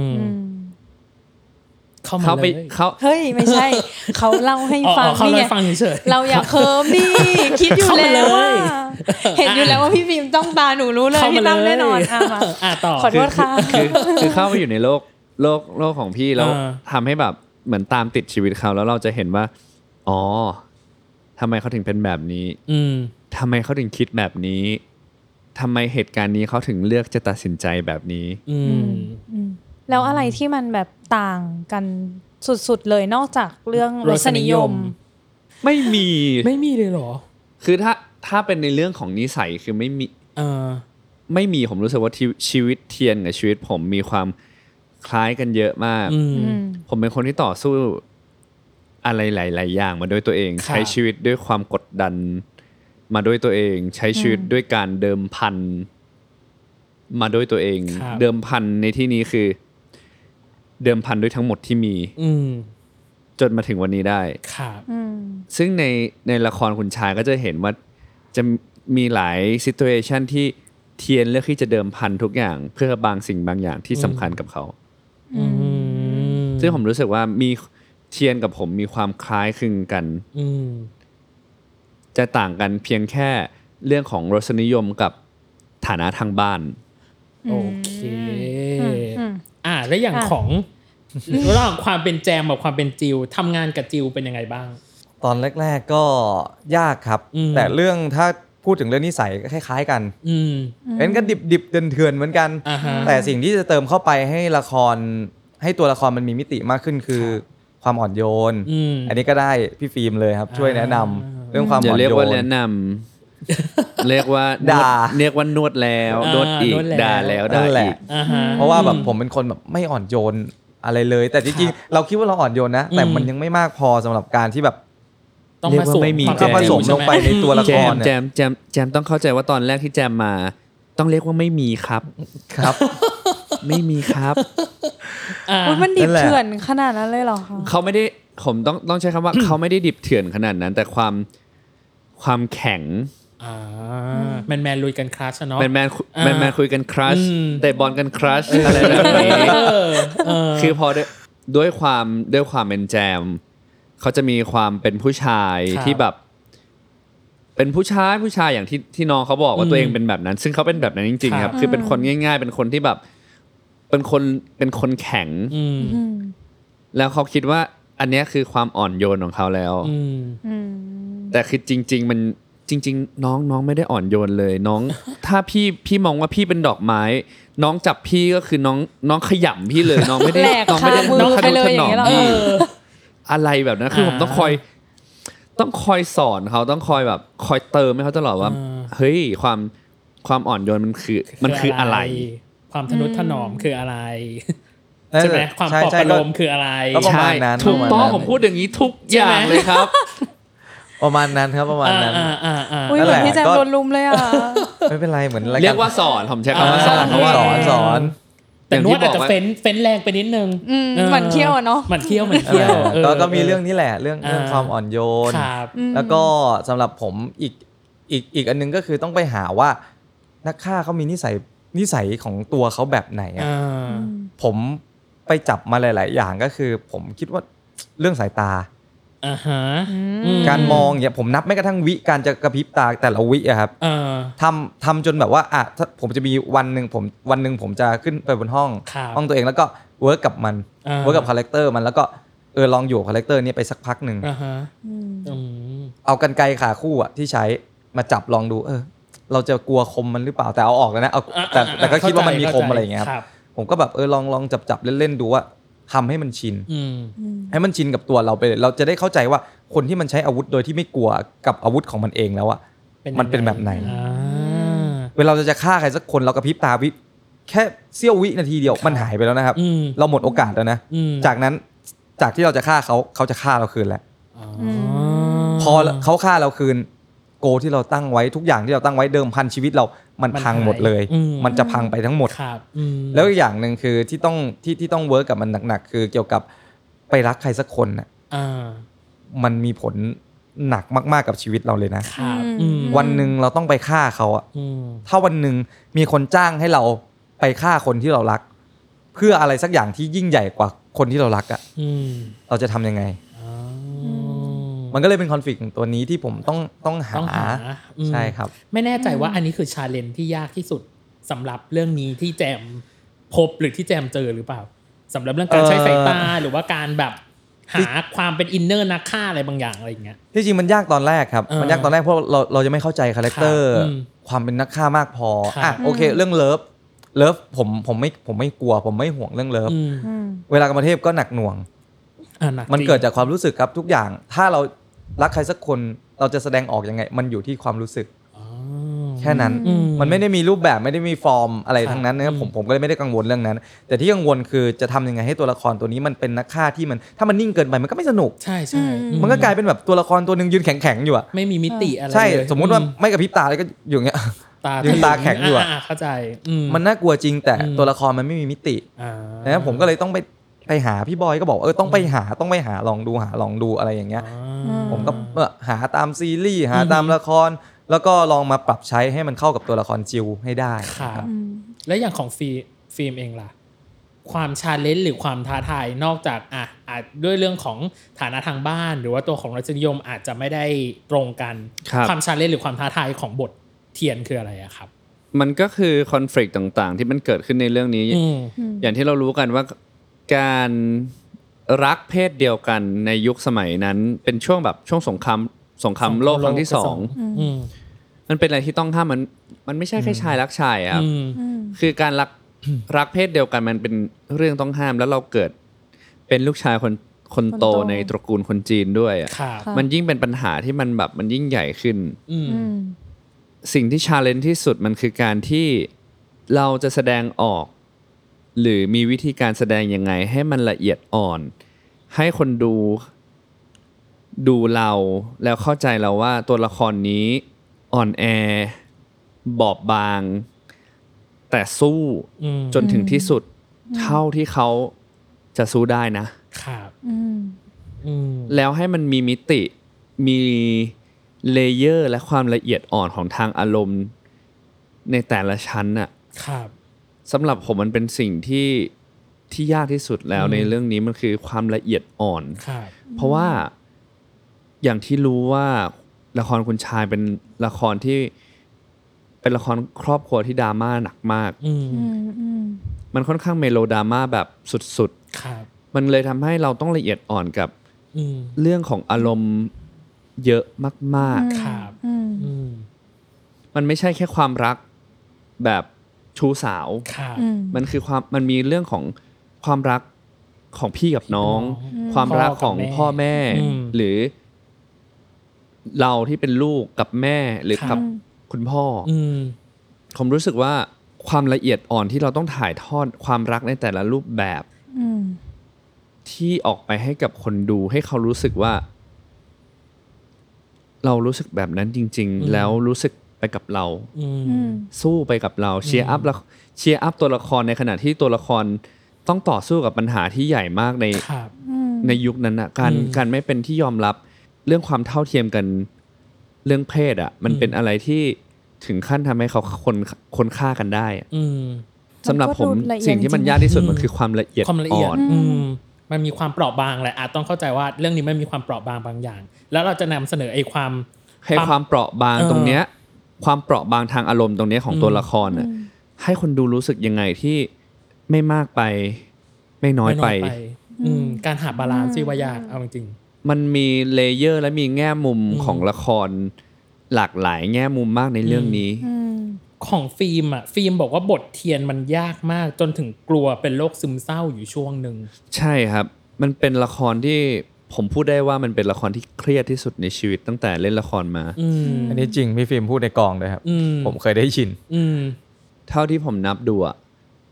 Speaker 6: เข้าไป
Speaker 7: เขา
Speaker 2: เฮ้ยไม่ใช่เขาเล่าให้ฟังนี่ไงเราอยากเคิร์มดิคิดอยู่แล้วว่าเห็นอยู่แล้วว่าพี่ฟิล์มจ้องตาหนูรู้เลยพี่ตั้มแน่นอนอ่ะมาขอโทษค่ะ
Speaker 7: คือคือเข้าไปอยู่ในโลกโลกโลกของพี่แล้วทำให้แบบเหมือนตามติดชีวิตเขาแล้วเราจะเห็นว่าอ๋อทำไมเขาถึงเป็นแบบนี้ทำไมเขาถึงคิดแบบนี้ทำไมเหตุการณ์นี้เขาถึงเลือกจะตัดสินใจแบบนี้
Speaker 2: แล้วอะไรที่มันแบบต่างกันสุดๆเลยนอกจากเรื่องรสนิยม
Speaker 7: ไม่มี
Speaker 6: ไม่มีเลยเหรอ
Speaker 7: คือถ้าถ้าเป็นในเรื่องของนิสัยคือไม่มีเออไม่มีผมรู้สึกว่าชีวิตเทียนกับชีวิตผมมีความคล้ายกันเยอะมากผมเป็นคนที่ต่อสู้อะไรหลายๆอย่างมาด้วยตัวเองใช้ชีวิตด้วยความกดดันมาด้วยตัวเองใช้ชีวิตด้วยการเดิมพันมาด้วยตัวเองเดิมพันในที่นี้คือเดิมพันด้วยทั้งหมดที่มีจนมาถึงวันนี้ได้ซึ่งในในละครคุณชายก็จะเห็นว่าจะมีหลายซิทูเอชันที่เทียนเลือกที่จะเดิมพันทุกอย่างเพื่อบางสิ่งบางอย่างที่สำคัญกับเขาซึ่งผมรู้สึกว่ามีเทียนกับผมมีความคล้ายคลึงกันจะต่างกันเพียงแค่เรื่องของรสนิยมกับฐานะทางบ้าน
Speaker 6: โอเคอ่าแล้วอย่างของระหว่างความเป็นแจมกับความเป็นจิวทำงานกับจิวเป็นยังไงบ้าง
Speaker 8: ตอนแรกๆก็ยากครับแต่เรื่องถ้าพูดถึงเรื่องนิสัยก็คล้ายๆกันเป็นก็ดิบๆเถื่อนๆเหมือนกันแต่สิ่งที่จะเติมเข้าไปให้ละครให้ตัวละครมันมีมิติมากขึ้นคือความอ่อนโยนอันนี้ก็ได้พี่ฟิล์มเลยครับช่วยแนะนำเรื่องความอ่อนโยน
Speaker 7: อย่าเรียกว่าแนะนำเรียกว่าด่าเรียกว่านวดแล้วนวดอีกด่าแล้วด่าอีก
Speaker 8: เพราะว่าแบบผมเป็นคนแบบไม่อ่อนโยนอะไรเลยแต่จริงๆเราคิดว่าเราอ่อนโยนนะแต่มันยังไม่มากพอสำหรับการที่แบบ
Speaker 6: ต้องผสม
Speaker 8: ต้องผสมลงไปในตัวละคร
Speaker 7: แจมแจมแจมต้องเข้าใจว่าตอนแรกที่แจมมาต้องเรียกว่าไม่มีครับ
Speaker 8: ครับ
Speaker 7: ไม่มีครับ
Speaker 2: มันดิบเถื่อนขนาดนั้นเลยเหรอคะ
Speaker 7: เขาไม่ได้ผมต้องต้องใช้คำว่าเขาไม่ได้ดิบเถื่อนขนาดนั้นแต่ความความแข็ง
Speaker 6: อ่าแมนแมนลุยกันครัชเนาะ
Speaker 7: แมนแมนแมนแมนคุยกันครัชแต่บอลกันครัชอะไรแบบนี้คือพอด้วยความด้วยความเป็นแจมเขาจะมีความเป็นผู้ชายที่แบบเป็นผู้ชายผู้ชายอย่างที่ที่น้องเขาบอกว่าตัวเองเป็นแบบนั้นซึ่งเขาเป็นแบบนั้นจริงๆครับคือเป็นคนง่ายๆเป็นคนที่แบบเป็นคนเป็นคนแข็งแล้วเขาคิดว่าอันนี้คือความอ่อนโยนของเขาแล้วแต่คือจริงๆมันจริงๆน้องน้องไม่ได้อ่อนโยนเลยน้องถ้าพี่พี่มองว่าพี่เป็นดอกไม้น้องจับพี่ก็คือน้องน้องขยำพี่เลยน้องไม่ได้น้องไม่ได้น้องขนุถนอมพี่อะไรแบบนั้นคือผมต้องคอยต้องคอยสอนเขาต้องคอยแบบคอยเติมให้เขาตลอดว่าเฮ้ยความความอ่อนโยนมันคือมันคืออะไร
Speaker 6: ความทนุถนอมคืออะไรใช่ไหมความปลอบประโลมคืออะไร
Speaker 8: ใช่
Speaker 7: ถูกต้องผมพูดอย่างนี้ทุกอย่างเลยครับ
Speaker 8: ประมาณนั้นครับประมาณนั้น
Speaker 2: อุ้ยเหมือนพี่แจมโดนลุมเลยอ่ะ
Speaker 8: ไม่เป็นไรเหมือน
Speaker 7: เรียกว่าสอนผมใช้คำว่าสอนเพราะว่า
Speaker 8: สอนสอน
Speaker 6: แต่นวดอาจจะเฟ้นเฟ้นแรงไปนิดนึง
Speaker 2: เหมือนเคี้ยวเนาะ
Speaker 6: เหมือนเคี้ยวเหมือนเคี้ยว
Speaker 8: ก็มีเรื่องนี้แหละเรื่องเรื่องความอ่อนโยนแล้วก็สำหรับผมอีกอีกอีกอันนึงก็คือต้องไปหาว่านักฆ่าเขามีนิสัยนิสัยของตัวเขาแบบไหนอ่ะผมไปจับมาหลายๆอย่างก็คือผมคิดว่าเรื่องสายตา
Speaker 6: อ่าฮะ
Speaker 8: การมองเนี่ยผมนับแม้กระทั่งวิการจะกระพริบตาแต่ละวิอะครับทำทำจนแบบว่าอ่ะผมจะมีวันหนึ่งผมวันหนึ่งผมจะขึ้นไปบนห้องห้องตัวเองแล้วก็เวิร์กกับมันเวิร์กกับคาแรคเตอร์มันแล้วก็เออลองอยู่คาแรคเตอร์นี้ไปสักพักหนึ่งเอากรรไกรขาคู่อะที่ใช้มาจับลองดูเออเราจะกลัวคมมันหรือเปล่าแต่เอาออกแล้วนะเอาแต่แต่ก็คิดว่ามันมีคมอะไรอย่างเงี้ยครับผมก็แบบเออลองลองจับจับเล่นๆดูว่าทำให้มันชินให้มันชินกับตัวเราไปเราจะได้เข้าใจว่าคนที่มันใช้อาวุธโดยที่ไม่กลัวกับอาวุธของมันเองแล้วอะมันเป็นแบบไหนเวลาเราจะฆ่าใครสักคนเรากระพริบตาวิแค่เสี้ยววินาทีเดียวมันหายไปแล้วนะครับเราหมดโอกาสแล้วนะจากนั้นจากที่เราจะฆ่าเขาเขาจะฆ่าเราคืนแล้วพอเขาฆ่าเราคืนโกที่เราตั้งไว้ทุกอย่างที่เราตั้งไว้เดิมพันชีวิตเรามันพังหมดเลยมันจะพังไปทั้งหมดแล้วอีกอย่างนึงคือที่ต้องที่ที่ต้องเวิร์กกับมันหนักๆคือเกี่ยวกับไปรักใครสักคนน่ะมันมีผลหนักมากๆกับชีวิตเราเลยนะวันนึงเราต้องไปฆ่าเขาอ่ะถ้าวันนึงมีคนจ้างให้เราไปฆ่าคนที่เรารักเพื่ออะไรสักอย่างที่ยิ่งใหญ่กว่าคนที่เรารักอ่ะเราจะทำยังไงมันก็เลยเป็นคอนฟลิกต์ตัวนี้ที่ผมต้องต้องหาใช่ครับ
Speaker 6: ไม่แน่ใจว่าอันนี้คือชาเลนจ์ที่ยากที่สุดสำหรับเรื่องนี้ที่แจมพบหรือที่แจมเจอหรือเปล่าสำหรับเรื่องการใช้สายตาหรือว่าการแบบหาความเป็นอินเนอร์นักฆ่าอะไรบางอย่างอะไรอย่างเงี้ย
Speaker 8: ที่จริงมันยากตอนแรกครับมันยากตอนแรกเพราะเราเราจะไม่เข้าใจคาแรคเตอร์ความเป็นนักฆ่ามากพออ่ะโอเคเรื่องเลิฟเลิฟผมผมไม่ผมไม่กลัวผมไม่ห่วงเรื่องเลิฟเวลากรรมเทพก็หนักหน่วงมันเกิดจากความรู้สึกครับทุกอย่างถ้าเรารักใครสักคนเราจะแสดงออกยังไงมันอยู่ที่ความรู้สึกแค่นั้นมันไม่ได้มีรูปแบบไม่ได้มีฟอร์มอะไรทั้งนั้นนะครับผมผมก็เลยไม่ได้กังวลเรื่องนั้นแต่ที่กังวลคือจะทำยังไงให้ตัวละครตัวนี้มันเป็นนักฆ่าที่มันถ้ามันนิ่งเกินไปมันก็ไม่สนุก
Speaker 6: ใช่ใช่
Speaker 8: มันก็กลายเป็นแบบตัวละครตัวนึงยืนแข็งๆอยู่อะ
Speaker 6: ไม่มีมิติอะไร
Speaker 8: ใช่สมมุติว่าไม่กระพริบตาแล้วก็อยู่อย่างเงี้ยยืนตาแข็งอยู่อะ
Speaker 6: เข้าใจ
Speaker 8: มันน่ากลัวจริงแต่ตัวละครมันไม่มีมิตินะผมก็เลยต้องไปไปหาพี่บอยก็บอกเออต้องไปหาต้องไปหาลองดูหาลองดูอะไรอย่างเงี้ยผมก็หาตามซีรีส์หาตามละครแล้วก็ลองมาปรับใช้ให้มันเข้ากับตัวละครจิวให้ได้
Speaker 6: ครับแล้วอย่างของฟิล์มเองล่ะความชาเลนจ์หรือความท้าทายนอกจากอ่ะอาจด้วยเรื่องของฐานะทางบ้านหรือว่าตัวของรสนิยมอาจจะไม่ได้ตรงกันความชาเลนจ์หรือความท้าทายของบทเทียนคืออะไรอะครับ
Speaker 7: มันก็คือคอนฟลิกต์ต่างๆที่มันเกิดขึ้นในเรื่องนี้ อ, อย่างที่เรารู้กันว่าการรักเพศเดียวกันในยุคสมัยนั้นเป็นช่วงแบบช่วงสงครามสงครามโลกครั้งที่สองมันเป็นอะไรที่ต้องห้ามมันมันไม่ใช่แค่ชายรักชายอ่ะคือการรักรักเพศเดียวกันมันเป็นเรื่องต้องห้ามแล้วเราเกิดเป็นลูกชายคนคนโตในตระกูลคนจีนด้วยอ่ะมันยิ่งเป็นปัญหาที่มันแบบมันยิ่งใหญ่ขึ้นสิ่งที่ชาเลนจ์ที่สุดมันคือการที่เราจะแสดงออกหรือมีวิธีการแสดงยังไงให้มันละเอียดอ่อนให้คนดูดูเราแล้วเข้าใจเราว่าตัวละครนี้อ่อนแอบอบบางแต่สู้จนถึงที่สุดเท่าที่เขาจะสู้ได้นะครับแล้วให้มันมีมิติมีเลเยอร์และความละเอียดอ่อนของทางอารมณ์ในแต่ละชั้นน่ะครับสำหรับผมมันเป็นสิ่งที่ที่ยากที่สุดแล้วในเรื่องนี้มันคือความละเอียดอ่อนเพราะว่าอย่างที่รู้ว่าละครคุณชายเป็นละครที่เป็นละครครอบครัวที่ดราม่าหนักมากมันค่อนข้างเมโลดราม่าแบบสุดๆมันเลยทำให้เราต้องละเอียดอ่อนกับเรื่องของอารมณ์เยอะมากๆมันไม่ใช่แค่ความรักแบบชู้สาวมันคือความมันมีเรื่องของความรักของพี่กับน้องความรักของพ่อแม่หรือเราที่เป็นลูกกับแม่หรือกับคุณพ่อผมรู้สึกว่าความละเอียดอ่อนที่เราต้องถ่ายทอดความรักในแต่ละรูปแบบที่ออกไปให้กับคนดูให้เขารู้สึกว่าเรารู้สึกแบบนั้นจริงๆแล้วรู้สึกไปกับเราสู้ไปกับเราเชียร์อัพแล้วเชียร์อัพตัวละครในขณะที่ตัวละครต้องต่อสู้กับปัญหาที่ใหญ่มากในในยุคนั้นน่ะการการไม่เป็นที่ยอมรับเรื่องความเท่าเทียมกันเรื่องเพศอ่ะมันเป็นอะไรที่ถึงขั้นทำให้เขาคนคนฆ่ากันได้สำหรับผมสิ่งที่มันยากที่สุดมันคือความละเอียดอ่อน
Speaker 6: มันมีความเปราะบางแหละอาจต้องเข้าใจว่าเรื่องนี้มันมีความเปราะบางบางอย่างแล้วเราจะนำเสนอไอ้ความ
Speaker 7: ให้ความเปราะบางตรงเนี้ยความเปราะบางทางอารมณ์ตรงนี้ของตัวละครน่ะให้คนดูรู้สึกยังไงที่ไม่มากไปไม่น้อยไป
Speaker 6: การหาบาลานซ์ที่ว่ายากเอาจริง
Speaker 7: ๆมันมีเลเยอร์และมีแง่มุมของละครหลากหลายแง่มุมมากในเรื่องนี้
Speaker 6: ของฟิล์มอ่ะฟิล์มบอกว่าบทเทียนมันยากมากจนถึงกลัวเป็นโรคซึมเศร้าอยู่ช่วงนึง
Speaker 7: ใช่ครับมันเป็นละครที่ผมพูดได้ว่ามันเป็นละครที่เครียดที่สุดในชีวิตตั้งแต่เล่นละครมา
Speaker 8: อ, อันนี้จริงพี่ฟิล์มพูดในกองเลยครับผมเคยได้ยิน
Speaker 7: เท่าที่ผมนับดูอ่ะผ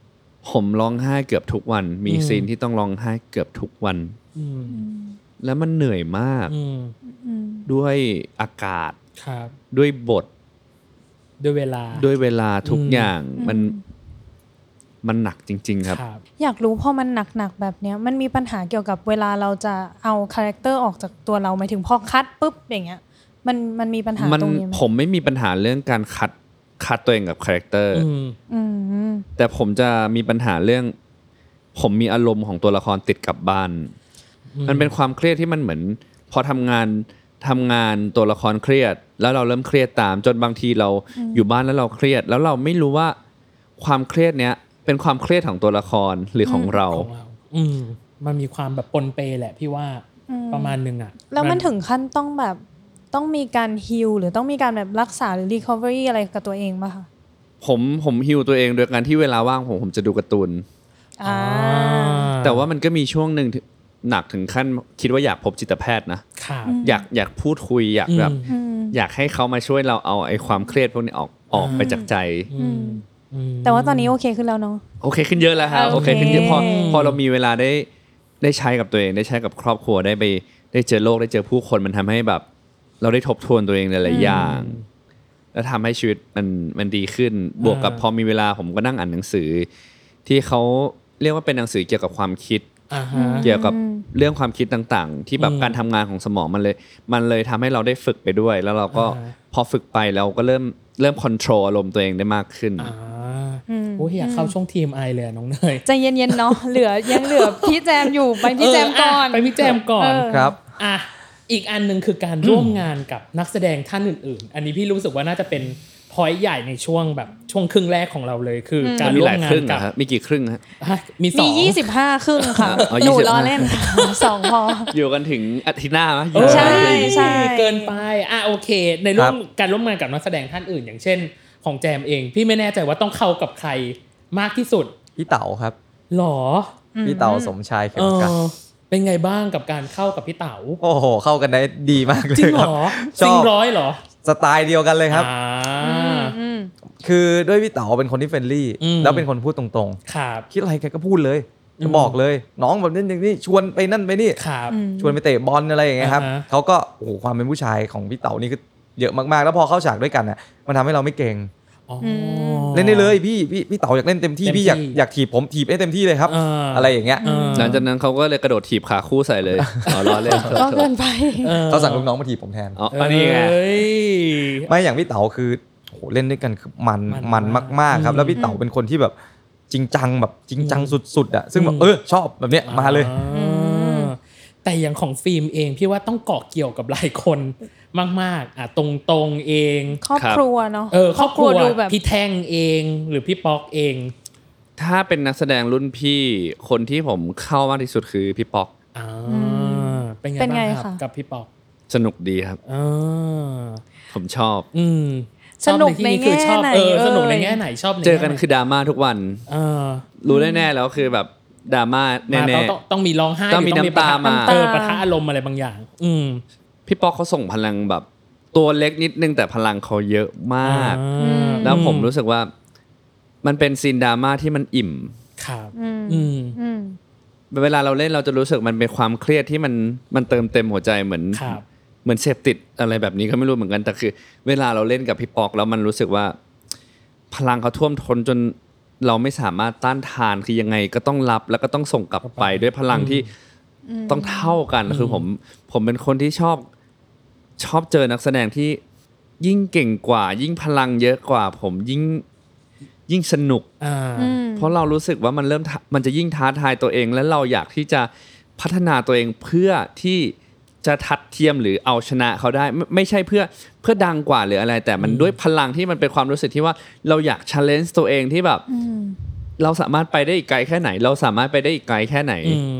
Speaker 7: ผมร้องไห้เกือบทุกวันมีซีนที่ต้องร้องไห้เกือบทุกวันแล้วมันเหนื่อยมากด้วยอากาศด้วยบท
Speaker 6: ด้วยเวลา
Speaker 7: ด้วยเวลาทุกอย่างมันมันหนักจริงๆครับ
Speaker 2: อยากรู้พอมันหนักๆแบบเนี้ยมันมีปัญหาเกี่ยวกับเวลาเราจะเอาคาแรคเตอร์ออกจากตัวเราหมายถึงพอคัดปุ๊บอย่างเงี้ยมันมันมีปัญหาตรงนี้มั้ย
Speaker 7: ผมไม่มีปัญหาเรื่องการคัดคัดตัวเองกับคาแรคเตอร์แต่ผมจะมีปัญหาเรื่องผมมีอารมณ์ของตัวละครติดกับบ้านมันเป็นความเครียดที่มันเหมือนพอทำงานทำงานตัวละครเครียดแล้วเราเริ่มเครียดตามจนบางทีเราอยู่บ้านแล้วเราเครียดแล้วเราไม่รู้ว่าความเครียดเนี้ยเป็นความเครียดของตัวละครหรือของเรา
Speaker 6: อืมมันมีความแบบปนเปแหละพี่ว่าประมาณนึงอ่ะ
Speaker 2: แล้วมันถึงขั้นต้องแบบต้องมีการฮีลหรือต้องมีการแบบรักษาหรือรีคัฟเวอรี่อะไรกับตัวเองป่ะคะ
Speaker 7: ผมผมฮีลตัวเองโดยการที่เวลาว่างผมผมจะดูการ์ตูน
Speaker 2: อ่า
Speaker 7: แต่ว่ามันก็มีช่วงนึงหนักถึงขั้นคิดว่าอยากพบจิตแพทย์นะอยากอยากพูดคุยอยากแบบอยากให้เขามาช่วยเราเอาไอ้ความเครียดพวกนี้ออกออกไปจากใจ
Speaker 2: แต่ว่าตอนนี้โอเคขึ้นแล้วเนาะ
Speaker 7: โอเคขึ้นเยอะแล้วครับโอเคขึ้นเยอะพอพอเรามีเวลาได้ได้ใช้กับตัวเองได้ใช้กับครอบครัวได้ไปได้เจอโลกได้เจอผู้คนมันทำให้แบบเราได้ทบทวนตัวเองหลายๆอย่างแล้วทำให้ชีวิตมันมันดีขึ้นบวกกับพอมีเวลาผมก็นั่งอ่านหนังสือที่เขาเรียกว่าเป็นหนังสือเกี่ยวกับความคิดเกี่ยวกับเรื่องความคิดต่างๆที่แบบการทำงานของสมองมันเลยมันเลยทำให้เราได้ฝึกไปด้วยแล้วเราก็พอฝึกไปเราก็เริ่มเริ่มคอนโทรลอารมณ์ตัวเองได้มากขึ้น
Speaker 6: โอ้ยอยากเข้าช่วงทีมไอเลยน้องเนย
Speaker 2: ใจเย็นๆเนาะเหลือยังเหลือพี่แจมอยู่ไปพี่แจมก่อน
Speaker 6: ไปพี่แจมก่อน
Speaker 8: ครับ
Speaker 6: อ่ะอีกอันนึงคือการร่วมงานกับนักแสดงท่านอื่นๆอันนี้พี่รู้สึกว่าน่าจะเป็นพอยต์ใหญ่ในช่วงแบบช่วงครึ่งแรกของเราเลยคือการร่วมงานกับ
Speaker 7: มีกี่ครึ่งฮะ
Speaker 6: มีสอง
Speaker 2: มียี่สิบห้าครึ่งค่ะหนูล้อเล่นสองพอ
Speaker 7: อยู่กันถึงอาทิตย์หน้ามั้ย
Speaker 2: ใช่ใช่
Speaker 6: เกินไปอ่ะโอเคในร่วมการร่วมงานกับนักแสดงท่านอื่นอย่างเช่นของแจมเองพี่ไม่แน่ใจว่าต้องเข้ากับใครมากที่สุด
Speaker 8: พี่เต๋าครับ
Speaker 6: หรอ
Speaker 8: พี่เต๋าสมชายเข็มกลัด
Speaker 6: เป็นไงบ้างกับการเข้ากับพี่เต๋า
Speaker 8: โอ้โหเข้ากันได้ดีมากเลยครับจริงเหรอ
Speaker 6: จริงร้อยเหรอ
Speaker 8: สไตล์เดียวกันเลยครับคือด้วยพี่เต๋าเป็นคนที่เฟรนลี่แล้วเป็นคนพูดตรงๆคิดอะไรแกก็พูดเลยจะบอกเลยน้องแบบนี้อย่างนี้ชวนไปนั่นไปนี่ชวนไปเตะบอลอะไรอย่างเงี้ยครับเขาก็โอ้โหความเป็นผู้ชายของพี่เต๋านี่คือเยอะมากๆแล้วพอเข้าฉากด้วยกันน่ะมันทำให้เราไม่เกรงเล่นได้เลยพี่พี่พี่เต๋าอยากเล่นเต็มที่พี่อยากอยากถีบผมถีบได้เต็มที่เลยครับอะไรอย่างเงี้ย
Speaker 7: หลังจากนั้นเขาก็เลยกระโดดถีบขาคู่ใส่เลยอ๋อล้อเล่น
Speaker 2: ก็เกินไป
Speaker 8: เขาสั่งลูกน้องมาถีบผมแทน
Speaker 7: อ๋ออันนี้ไง
Speaker 8: ไม่อย่างพี่เต๋าคือโหเล่นด้วยกันคือมันมันมากๆครับแล้วพี่เต๋าเป็นคนที่แบบจริงจังแบบจริงจังสุดๆอ่ะซึ่งแบบเออชอบแบบเนี้ยมาเลย
Speaker 6: แต่อย่างของฟิล์มเองพี่ว่าต้องเกาะเกี่ยวกับหลายคนมากๆอ่ะตรงๆเอง
Speaker 2: ครอบครัวเนาะ
Speaker 6: เออครอบครัวดูแบบพี่แท่งเองหรือพี่ป๊อกเอง
Speaker 7: ถ้าเป็นนักแสดงรุ่นพี่คนที่ผมเข้ามากที่สุดคือพี่ป๊อก
Speaker 6: อ่าเป็นไงบ้างครับกับพี่ป๊อก
Speaker 7: สนุกดีครับ
Speaker 6: อ่า
Speaker 7: ผมชอบ
Speaker 6: อืม
Speaker 2: สนุกในแง่ไหน
Speaker 6: เออสนุกในแง่ไหนชอบ
Speaker 7: เจอกันคือดราม่าทุกวัน
Speaker 6: เออ
Speaker 7: รู้แน่ๆแล้วคือแบบดราม่าแน่
Speaker 6: ๆต้องต้องมีร้องไห้
Speaker 7: ต้องมีน้ำตามา
Speaker 6: เออปะทะอารมณ์อะไรบางอย่างอืม
Speaker 7: พี่ป๊อกเขาส่งพลังแบบตัวเล็กนิดนึงแต่พลังเขาเยอะมากแล้วผมรู้สึกว่ามันเป็นซีนดราม่าที่มันอิ่ม
Speaker 6: ครับ
Speaker 7: เวลาเราเล่นเราจะรู้สึกมันเป็นความเครียดที่มันมันเติมเต็มหัวใจเหมือนเหมือนเสพติดอะไรแบบนี้ก็ไม่รู้เหมือนกันแต่คือเวลาเราเล่นกับพี่ป๊อกแล้วมันรู้สึกว่าพลังเขาท่วมท้นจนเราไม่สามารถต้านทานคือยังไงก็ต้องรับแล้วก็ต้องส่งกลับไปด้วยพลังที่ต้องเท่ากันคือผมผมเป็นคนที่ชอบชอบเจอนักแสดงที่ยิ่งเก่งกว่ายิ่งพลังเยอะกว่าผมยิ่งยิ่งสนุกเพราะเรารู้สึกว่ามันเริ่มมันจะยิ่งท้าทายตัวเองและเราอยากที่จะพัฒนาตัวเองเพื่อที่จะทัดเทียมหรือเอาชนะเขาได้ไม่ไม่ใช่เพื่อเพื่อดังกว่าหรืออะไรแต่มันด้วยพลังที่มันเป็นความรู้สึกที่ว่าเราอยาก challenge ตัวเองที่แบบเราสามารถไปได้อีกไกลแค่ไหนเราสามารถไปได้อีกไกลแค่ไหน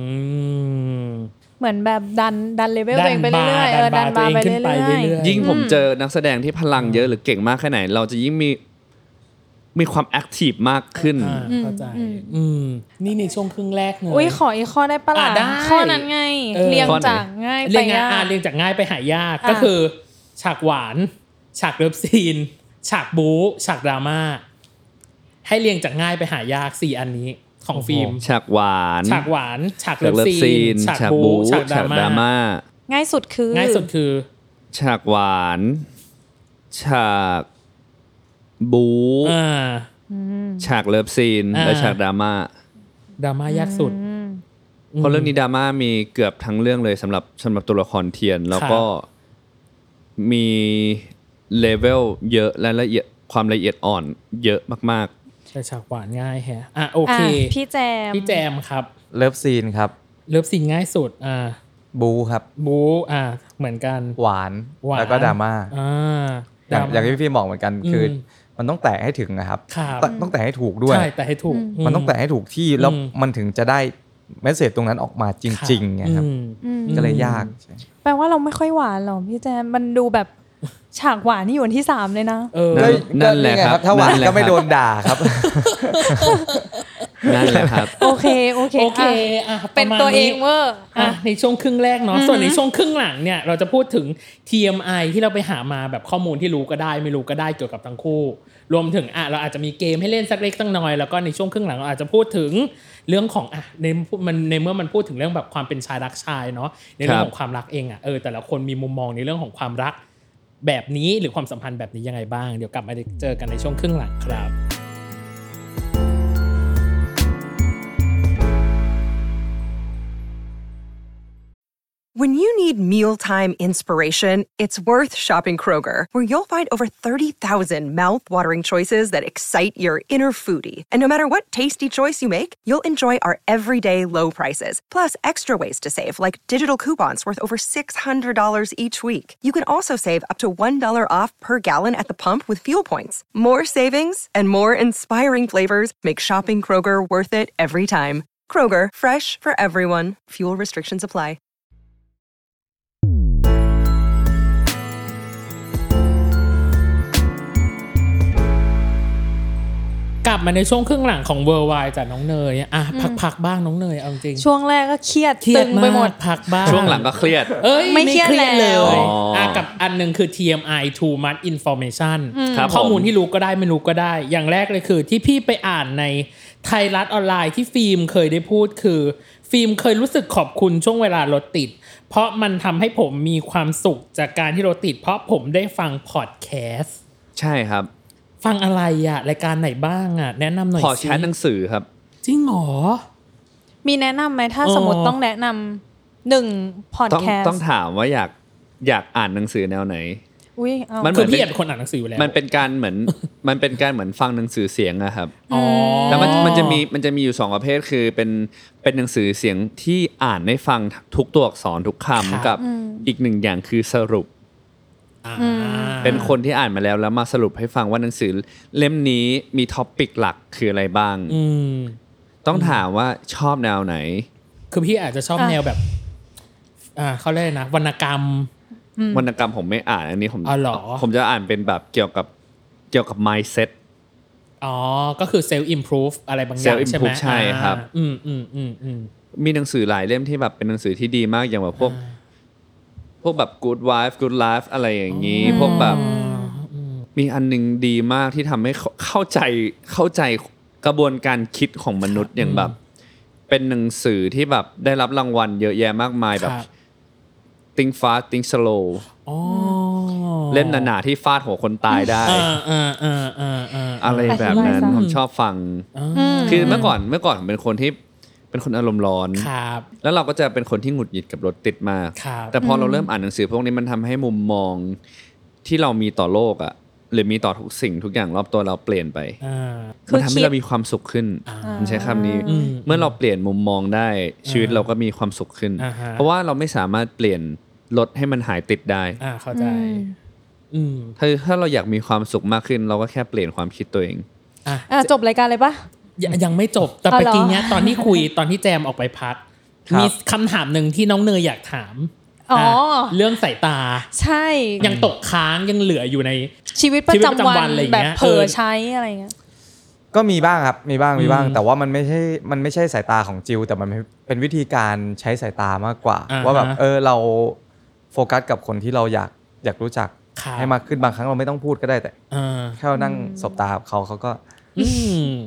Speaker 2: เหมือนแบบดันดันเลเวลตัวเองไปเรื่อยๆเออดันบาร์ไปเรื่อย
Speaker 7: ๆยิ่งผมเจอนักแสดงที่พลังเยอะหรือเก่งมากแค่ไหนเราจะยิ่งมีมีความแอคทีฟมากขึ้น
Speaker 6: เข้าใจอืมนี่ในช่วงครึ่งแรกเลย
Speaker 2: อุ๊ยขออีกข้อได้ปะล่ะข้อนั้นไงเรียงจากง่ายไปยาก
Speaker 6: เรียงจากง่ายไปหายากก็คือฉากหวานฉากเลิฟซีนฉากบู๊ฉากดราม่าให้เรียงจากง่ายไปหายากสี่อันนี้ขของฟิล์ม
Speaker 7: ฉากหวาน
Speaker 6: ฉากหวานฉากเลิฟซีนฉากบู๊ฉากดราม่า
Speaker 2: ง่ายสุดคือ
Speaker 6: ง่ายสุดคือ
Speaker 7: ฉากหวานฉากบู๊ฉากเลิฟซีนและฉากดราม่า
Speaker 6: ดราม่ายากสุด
Speaker 7: เพราะเรื่องนี้ดราม่ามีเกือบทั้งเรื่องเลยสำหรับสำหรับตัวละครเทียนแล้วก็มีเลเวลเยอะและละเอียดความละเอียดอ่อนเยอะมาก
Speaker 6: ๆแต่ฉากหวานง่ายแฮะอ่ะโอเค
Speaker 2: พี่แจม
Speaker 6: พี่แจมครับ
Speaker 8: เลิฟซีนครับ
Speaker 6: เลิฟซีนง่ายสุดอ่า
Speaker 8: บูครับ
Speaker 6: บูอ่าเหมือนกัน
Speaker 8: หวานแล้วก็ดราม่า
Speaker 6: อ่า
Speaker 8: อย่างอย่างที่พี่บอกเหมือนกันคือมันต้องแตะให้ถึงนะครับต้องแตะให้ถูกด้วย
Speaker 6: ใช่แต่ให้ถูก
Speaker 8: มันต้องแตะให้ถูกที่แล้วมันถึงจะได้เมสเสจตรงนั้นออกมาจริงๆไงครับก็เลยยาก
Speaker 2: แปลว่าเราไม่ค่อยหวานหรอพี่แจมมันดูแบบฉากหวานนี่อยู่ที่สามเลยนะ
Speaker 8: เออนั่นแหละครับถ้าหวานก็ไม่โดนด่าครับ
Speaker 7: นั่นแหละครับ
Speaker 2: โอเคโอเค
Speaker 6: โอเคอ่ะ
Speaker 2: เป็นตัวเองเวอร์
Speaker 6: อ่ะในช่วงครึ่งแรกเนาะส่วนในช่วงครึ่งหลังเนี่ยเราจะพูดถึง ที เอ็ม ไอ ที่เราไปหามาแบบข้อมูลที่รู้ก็ได้ไม่รู้ก็ได้เกี่ยวกับทั้งคู่รวมถึงอ่ะเราอาจจะมีเกมให้เล่นสักเล็กสักน้อยแล้วก็ในช่วงครึ่งหลังเราอาจจะพูดถึงเรื่องของอ่ะในมันในเมื่อมันพูดถึงเรื่องแบบความเป็นชายรักชายเนาะในเรื่องของความรักเองอ่ะเออแต่ละคนมีมุมมองในเรื่องของความรักแบบนี้หรือความสัมพันธ์แบบนี้ยังไงบ้างเดี๋ยวกลับมาเจอกันในช่วงครึ่งหลังครับ
Speaker 9: When you need mealtime inspiration, it's worth shopping Kroger, where you'll find over thirty thousand mouth-watering choices that excite your inner foodie. And no matter what tasty choice you make, you'll enjoy our everyday low prices, plus extra ways to save, like digital coupons worth over six hundred dollars each week. You can also save up to one dollar off per gallon at the pump with fuel points. More savings and more inspiring flavors make shopping Kroger worth it every time. Kroger, fresh for everyone. Fuel restrictions apply.
Speaker 6: กลับมาในช่วงครึ่งหลังของ Worldwide จากน้องเนยอ่ะพักๆบ้างน้องเนยเอาจริง
Speaker 2: ช่วงแรกก็เครียดตึงไปหมด
Speaker 6: พักบ้าง
Speaker 7: ช่วงหลังก็เครียด
Speaker 6: เอ้ยไม่เครียดเลยอ่ะกับอันนึงคือ ที เอ็ม ไอ too much information ข้อมูลที่รู้ก็ได้ไม่รู้ก็ได้อย่างแรกเลยคือที่พี่ไปอ่านในไทยรัฐออนไลน์ที่ฟิล์มเคยได้พูดคือฟิล์มเคยรู้สึกขอบคุณช่วงเวลารถติดเพราะมันทำให้ผมมีความสุขจากการที่รถติดเพราะผมได้ฟังพอดแคสต์
Speaker 7: ใช่ครับ
Speaker 6: ฟังอะไรอ่ะรายการไหนบ้างอ่ะแนะนำหน่อยสิ
Speaker 7: พอแชทหนังสือครับ
Speaker 6: จริงหรอ
Speaker 2: มีแนะนำไหมถ้าสมมติต้องแนะนำหนึ่งพอดแคสต์
Speaker 7: ต้องถามว่าอยากอยากอ่านหนังสือแนวไหน
Speaker 2: อุ้ย
Speaker 6: มันคือพี่เป็นคนอ่านหนังสืออยู่แล้ว
Speaker 7: มันเป็นการเหมือนมันเป็นการเหมือนฟังหนังสือเสียงอะครับแล้วมันมันจะมีมันจะมีอยู่สองประเภทคือเป็นเป็นหนังสือเสียงที่อ่านให้ฟังทุกตัวอักษรทุกคำกับอีกหนึ่งอย่างคือสรุปเป็นคนที่อ่านมาแล้วแล้วมาสรุปให้ฟังว่าหนังสือเล่มนี้มีท็อปิกหลักคืออะไรบ้างต้องถามว่าชอบแนวไหน
Speaker 6: คือพี่อาจจะชอบแนวแบบอ่าเขาเรียกนะวรรณกรรม
Speaker 7: วรรณกรรมผมไม่อ่านอันนี้ผมผมจะอ่านเป็นแบบเกี่ยวกับเกี่ยวกับ mindset
Speaker 6: อ๋อก็คือ self improve อะไรบางอย่างใช่ไหม
Speaker 7: ใช่ครับ
Speaker 6: อืมอืมอืมอืม
Speaker 7: มีหนังสือหลายเล่มที่แบบเป็นหนังสือที่ดีมากอย่างแบบพวกพวกแบบ good wife good life อะไรอย่างนี้พวกแบบมีอันนึงดีมากที่ทำให้เข้าใจเข้าใจกระบวนการคิดของมนุษย์อย่างแบบเป็นหนังสือที่แบบได้รับรางวัลเยอะแยะมากมายแบบ think fast think slow เล่นหนาๆที่ฟาดหัวคนตายได้อะไรแบบนั้นผมชอบฟังคือเมื่อก่อนเมื่อก่อนผมเป็นคนที่เป็นคนอารมณ์ร้อนแล้วเราก็จะเป็นคนที่หงุดหงิดกับรถติดมากแต่พอเราเริ่มอ่านหนังสือพวกนี้มันทำให้มุมมองที่เรามีต่อโลกอ่ะหรือมีต่อทุกสิ่งทุกอย่างรอบตัวเราเปลี่ยนไปมันทำให้เรามีความสุขขึ้นผมใช้คำนี้เมื่อเราเปลี่ยนมุมมองได้ชีวิตเราก็มีความสุขขึ้นเพราะว่าเราไม่สามารถเปลี่ยนรถให้มันหายติดได้
Speaker 6: อ่าเข้าใจ
Speaker 7: ถ้าถ้าเราอยากมีความสุขมากขึ้นเราก็แค่เปลี่ยนความคิดตัวเอง
Speaker 2: อ่ะจบรายการเลยปะ
Speaker 6: ยังไม่จบแต่เมื่อกี้เนี้ยตอนที่คุยตอนที่แจมออกไปพักมีคำถามหนึ่งที่น้องเนยอยากถาม
Speaker 2: อ๋อ
Speaker 6: เรื่องสายตา
Speaker 2: ใช่
Speaker 6: ยังตกค้างยังเหลืออยู่ใน
Speaker 2: ชีวิตประจำวันแบบเผลอใช้อะไรเงี้ย
Speaker 8: ก็มีบ้างครับมีบ้างมีบ้างแต่ว่ามันไม่ใช่มันไม่ใช่สายตาของจิวแต่มันเป็นวิธีการใช้สายตามากกว่าว่าแบบเออเราโฟกัสกับคนที่เราอยากอยากรู้จักให้มากขึ้นบางครั้งเราไม่ต้องพูดก็ได้แต่แค่นั่งสบตาเขาเขาก็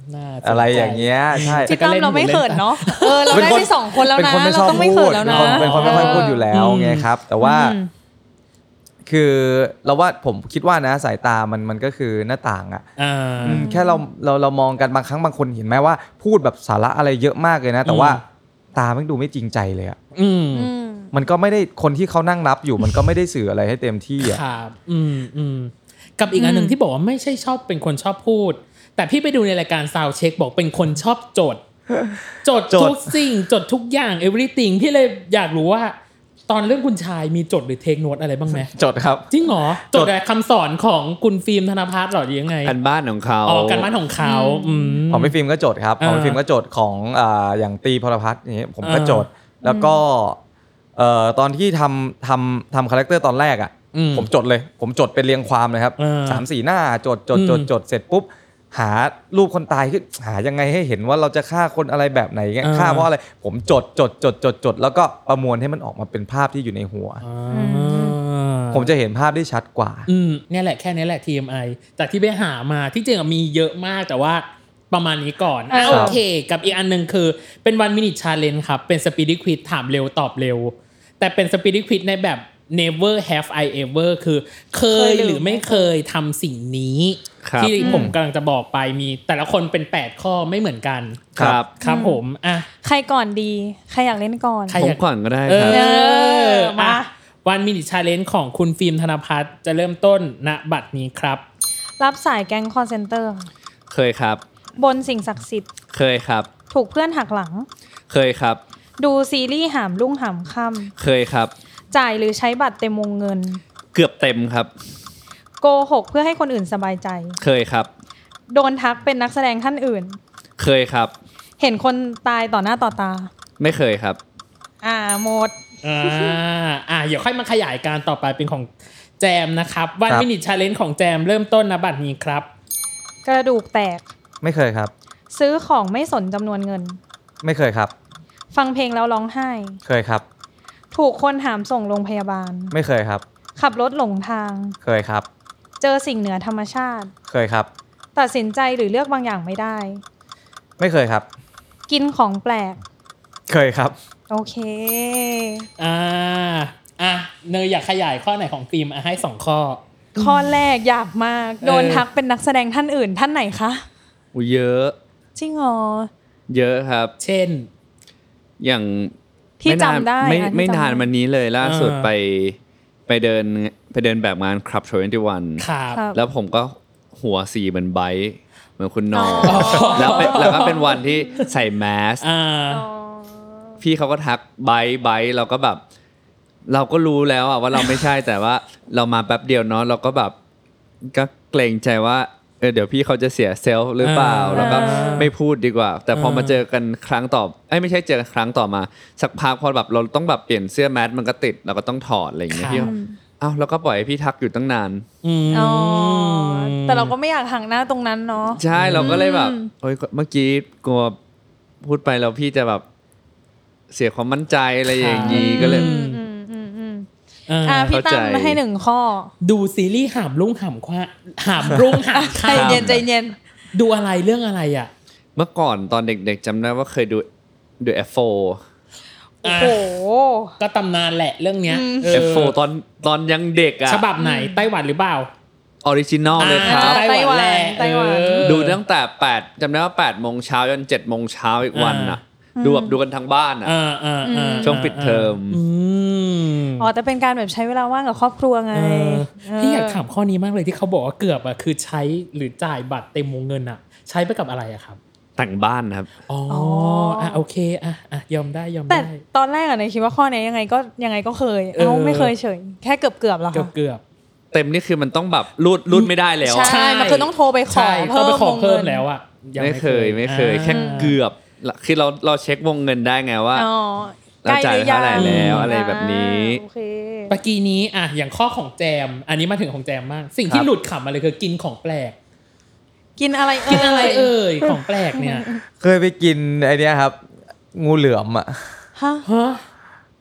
Speaker 8: อะไรอย่างเงี้ยใช่
Speaker 2: พี่ตั้มเราไม่เขินเนาะเออเราได้ไปสองคนแล้วนะเราต้องไม่เขินแล้วนะ
Speaker 8: เป็นคนไม่ค่อยพูดอยู่แล้วไงครับแต่ว่าคือเราว่าผมคิดว่านะสายตามันมันก็คือหน้าต่างอ่ะแค่เราเราเรามองกันบางครั้งบางคนเห็นไหมว่าพูดแบบสาระอะไรเยอะมากเลยนะแต่ว่าตาไม่ดูไม่จริงใจเลยอ่ะมันก็ไม่ได้คนที่เขานั่งนับอยู่มันก็ไม่ได้สื่ออะไรให้เต็มที่อ่ะ
Speaker 6: ครับอืมอืมกับอีกอันหนึ่งที่บอกว่าไม่ใช่ชอบเป็นคนชอบพูดแต่พี่ไปดูในรายการ Sound Check บอกเป็นคนชอบจดจดทุกสิ่งจดทุกอย่าง everything พี่เลยอยากรู้ว่าตอนเรื่องคุณชายมีจดหรือเทคโน้ตอะไรบ้างไหม
Speaker 8: จดครับ
Speaker 6: จริงเหรอจดคำสอนของคุณฟิล์มธนภัทรหรอยังไง
Speaker 7: การบ้านของเขา
Speaker 6: อ๋อการบ้านของเขา
Speaker 8: ของพี่ฟิล์มก็จดครับของพี่ฟิล์มก็จดของอ่าอย่างตีพลพัฒน์อย่างเงี้ยผมก็จดแล้วก็เอ่อตอนที่ทำทำทำคาแรคเตอร์ตอนแรกอ่ะผมจดเลยผมจดเป็นเรียงความเลยครับ สามสี่หน้าจดจดจดจดเสร็จปุ๊บหารูปคนตายคือหายังไงให้เห็นว่าเราจะฆ่าคนอะไรแบบไหนเงี้ยฆ่าเพราะอะไรผมจดจดจดจดจดแล้วก็ประมวลให้มันออกมาเป็นภาพที่อยู่ในหัวผมจะเห็นภาพได้ชัดกว่า
Speaker 6: อืมเนี่ยแหละแค่นี้แหละ ที เอ็ม ไอ จากที่ไปหามาที่จริงมีเยอะมากแต่ว่าประมาณนี้ก่อนอ่ะโอเคกับอีกอันนึงคือเป็น one minute challenge ครับเป็น speed quiz ถามเร็วตอบเร็วแต่เป็น speed quiz ในแบบ never have I ever คือเคยหรือไม่เคยทำสิ่งนี้ที่ผมกำลังจะบอกไปมีแต่ละคนเป็นแปดข้อไม่เหมือนกัน
Speaker 7: ครับ
Speaker 6: ครับผมอ่ะ
Speaker 2: ใครก่อนดีใครอยากเล่นก่อน
Speaker 7: ผมก่อนก็ได้ครับ
Speaker 6: เออมาone minute challenge ของคุณฟิล์มธนภัทรจะเริ่มต้นณบัดนี้ครับ
Speaker 2: รับสายแก๊ง call center
Speaker 7: เคยครับ
Speaker 2: บนสิ่งศักดิ์สิทธิ์
Speaker 7: เคยครับ
Speaker 2: ถูกเพื่อนหักหลัง
Speaker 7: เคยครับ
Speaker 2: ดูซีรีส์หามรุ่งหามค่
Speaker 7: ำเคยครับ
Speaker 2: จ่ายหรือใช้บัตรเต็มวงเงิน
Speaker 7: เกือบเต็มครับ
Speaker 2: โกหกเพื่อให้คนอื่นสบายใจ
Speaker 7: เคยครับ
Speaker 2: โดนทักเป็นนักแสดงท่านอื่น
Speaker 7: เคยครับ
Speaker 2: เห็นคนตายต่อหน้าต่อตา
Speaker 7: ไม่เคยครับ
Speaker 2: อ่าหมด
Speaker 6: อ่าอ่าเดี๋ยวค่อยมาขยายการต่อไปเป็นของแจมนะครับวันมินิชาเลนจ์ของแจมเริ่มต้นณบัดนี้ครับ
Speaker 2: กระดูกแตก
Speaker 8: ไม่เคยครับ
Speaker 2: ซื้อของไม่สนจำนวนเงิน
Speaker 8: ไม่เคยครับ
Speaker 2: ฟังเพลงแล้วร้องไห้
Speaker 8: เคยครับ
Speaker 2: ถูกคนหามส่งโรงพยาบาล
Speaker 8: ไม่เคยครับ
Speaker 2: ขับรถหลงทาง
Speaker 8: เคยครับ
Speaker 2: เจอสิ่งเหนือธรรมชาติ
Speaker 8: เคยครับ
Speaker 2: ตัดสินใจหรือเลือกบางอย่างไม่ได้
Speaker 8: ไม่เคยครับ
Speaker 2: กินของแปลก
Speaker 8: เคยครับ
Speaker 2: โอเค
Speaker 6: อ่าอ่ะเนยอยากขยายข้อไหนของฟิล์มให้สองข้อ
Speaker 2: ข้อแรกอยากมากโดนทักเป็นนักแสดงท่านอื่นท่านไหนคะ
Speaker 7: อู้เยอะ
Speaker 2: จริงเหรอ
Speaker 7: เยอะครับ
Speaker 6: เช่น
Speaker 7: อย่าง
Speaker 2: ที่จำได้
Speaker 7: ไม่ไม่นานมานี้เลยล่าสุดไปไปเดินไปเดินแบบงานคลับยี่สิบเอ็ด
Speaker 6: ครับ
Speaker 7: แล้วผมก็หัวสีเหมือนไบท์เหมือนคุณนอแล้วแล้วก็เป็นวันที่ใส่แมสพี่เขาก็ทักไบท์ไบท์เราก็แบบเราก็รู้แล้วอะว่าเราไม่ใช่แต่ว่าเรามาแป๊บเดียวเนาะเราก็แบบก็เกรงใจว่าเออเดี๋ยวพี่เขาจะเสียเซลล์หรือเปล่าแล้วก็ไม่พูดดีกว่าแต่พอมาเจอกันครั้งต่อเอ้ยไม่ใช่เจอกันครั้งต่อมาสักพักพอแบบเราต้องแบบเปลี่ยนเสื้อแมสมันก็ติดเราก็ต้องถอดอะไรอย่างเงี้ยพี่อ้าวแล้วก็ปล่อยให้พี่ทักอยู่ตั้งนาน
Speaker 2: อ๋อแต่เราก็ไม่อยากหักหน้าตรงนั้นเนาะ
Speaker 7: ใช่เราก็เลยแบบโอ๊ยเมื่อกี้กลัวพูดไปแล้วพี่จะแบบเสียความมั่นใจอะไรอย่างงี้ก็เลย
Speaker 2: อ่าพี่ตั้มให้หนึ่งข้อ
Speaker 6: ดูซีรีส์หามรุ่งหามคว้าหามรุ่งหาม
Speaker 2: ใจเย็นใจเย็น
Speaker 6: ดูอะไรเรื่องอะไรอ่ะ
Speaker 7: เมื่อก่อนตอนเด็กๆจำได้ว่าเคยดูดู เอฟ โฟร์
Speaker 2: โอ้โห
Speaker 6: ก็ตำนานแหละเรื่องเนี้ย
Speaker 7: เอฟ โฟร์ ตอนตอนยังเด็กอ่ะ
Speaker 6: ฉบับไหนไต้หวันหรือเปล่า
Speaker 7: ออริจินอลเลยครับ
Speaker 2: ไต้หวันไต้หวัน
Speaker 7: ดูตั้งแต่แปดจำได้ว่าแปดโมงเช้าจนเจ็ดโมงเช้าอีกวันน่ะดูแบบดูกันทั้งบ้านอ่ะช่วงปิดเทอม
Speaker 2: อ๋อแต่เป็นการแบบใช้เวลาว่างกับครอบครัวไง
Speaker 6: พี่อยากถามข้อนี้มากเลยที่เขาบอกว่าเกือบอ่ะคือใช้หรือจ่ายบัตรเต็มวงเงินอ่ะใช้ไปกับอะไรอะครับ
Speaker 7: แต่งบ้านครับ
Speaker 6: อ๋ออ่ะโอเคอ่ะอ่ะยอมได้ยอมได้
Speaker 2: แต่ตอนแรกอะเนยคิดว่าข้อนี้ยังไงก็ยังไงก็เคยเอ้าไม่เคยเฉยแค่เกือบเกือบแล้ว
Speaker 6: ค่ะเกือบ
Speaker 7: เต็มนี่คือมันต้องแบบรูดรูดไม่ได้แล้ว
Speaker 2: ใช่มันคือต้องโทรไปขอเพิ่มวงเงิน
Speaker 6: แล้วอะ
Speaker 7: ไม่เคยไม่เคยแค่เกือบคือเราเราเช็ควงเงินได้ไงว่าเราจ่ายเท่าไหร่แล้วอะไรแบบนี้
Speaker 2: โอเค
Speaker 6: เมื่อกี้นี้อ่ะอย่างข้อของแจมอันนี้มาถึงของแจมมากสิ่งที่หลุดขำมาเลยคือกินของแปลก
Speaker 2: กินอะไร
Speaker 6: กินอะไรเอ่ยของแปลกเนี่ย
Speaker 8: เคยไปกินไอเนี้ยครับงูเหลือมอ่ะ
Speaker 2: ฮะ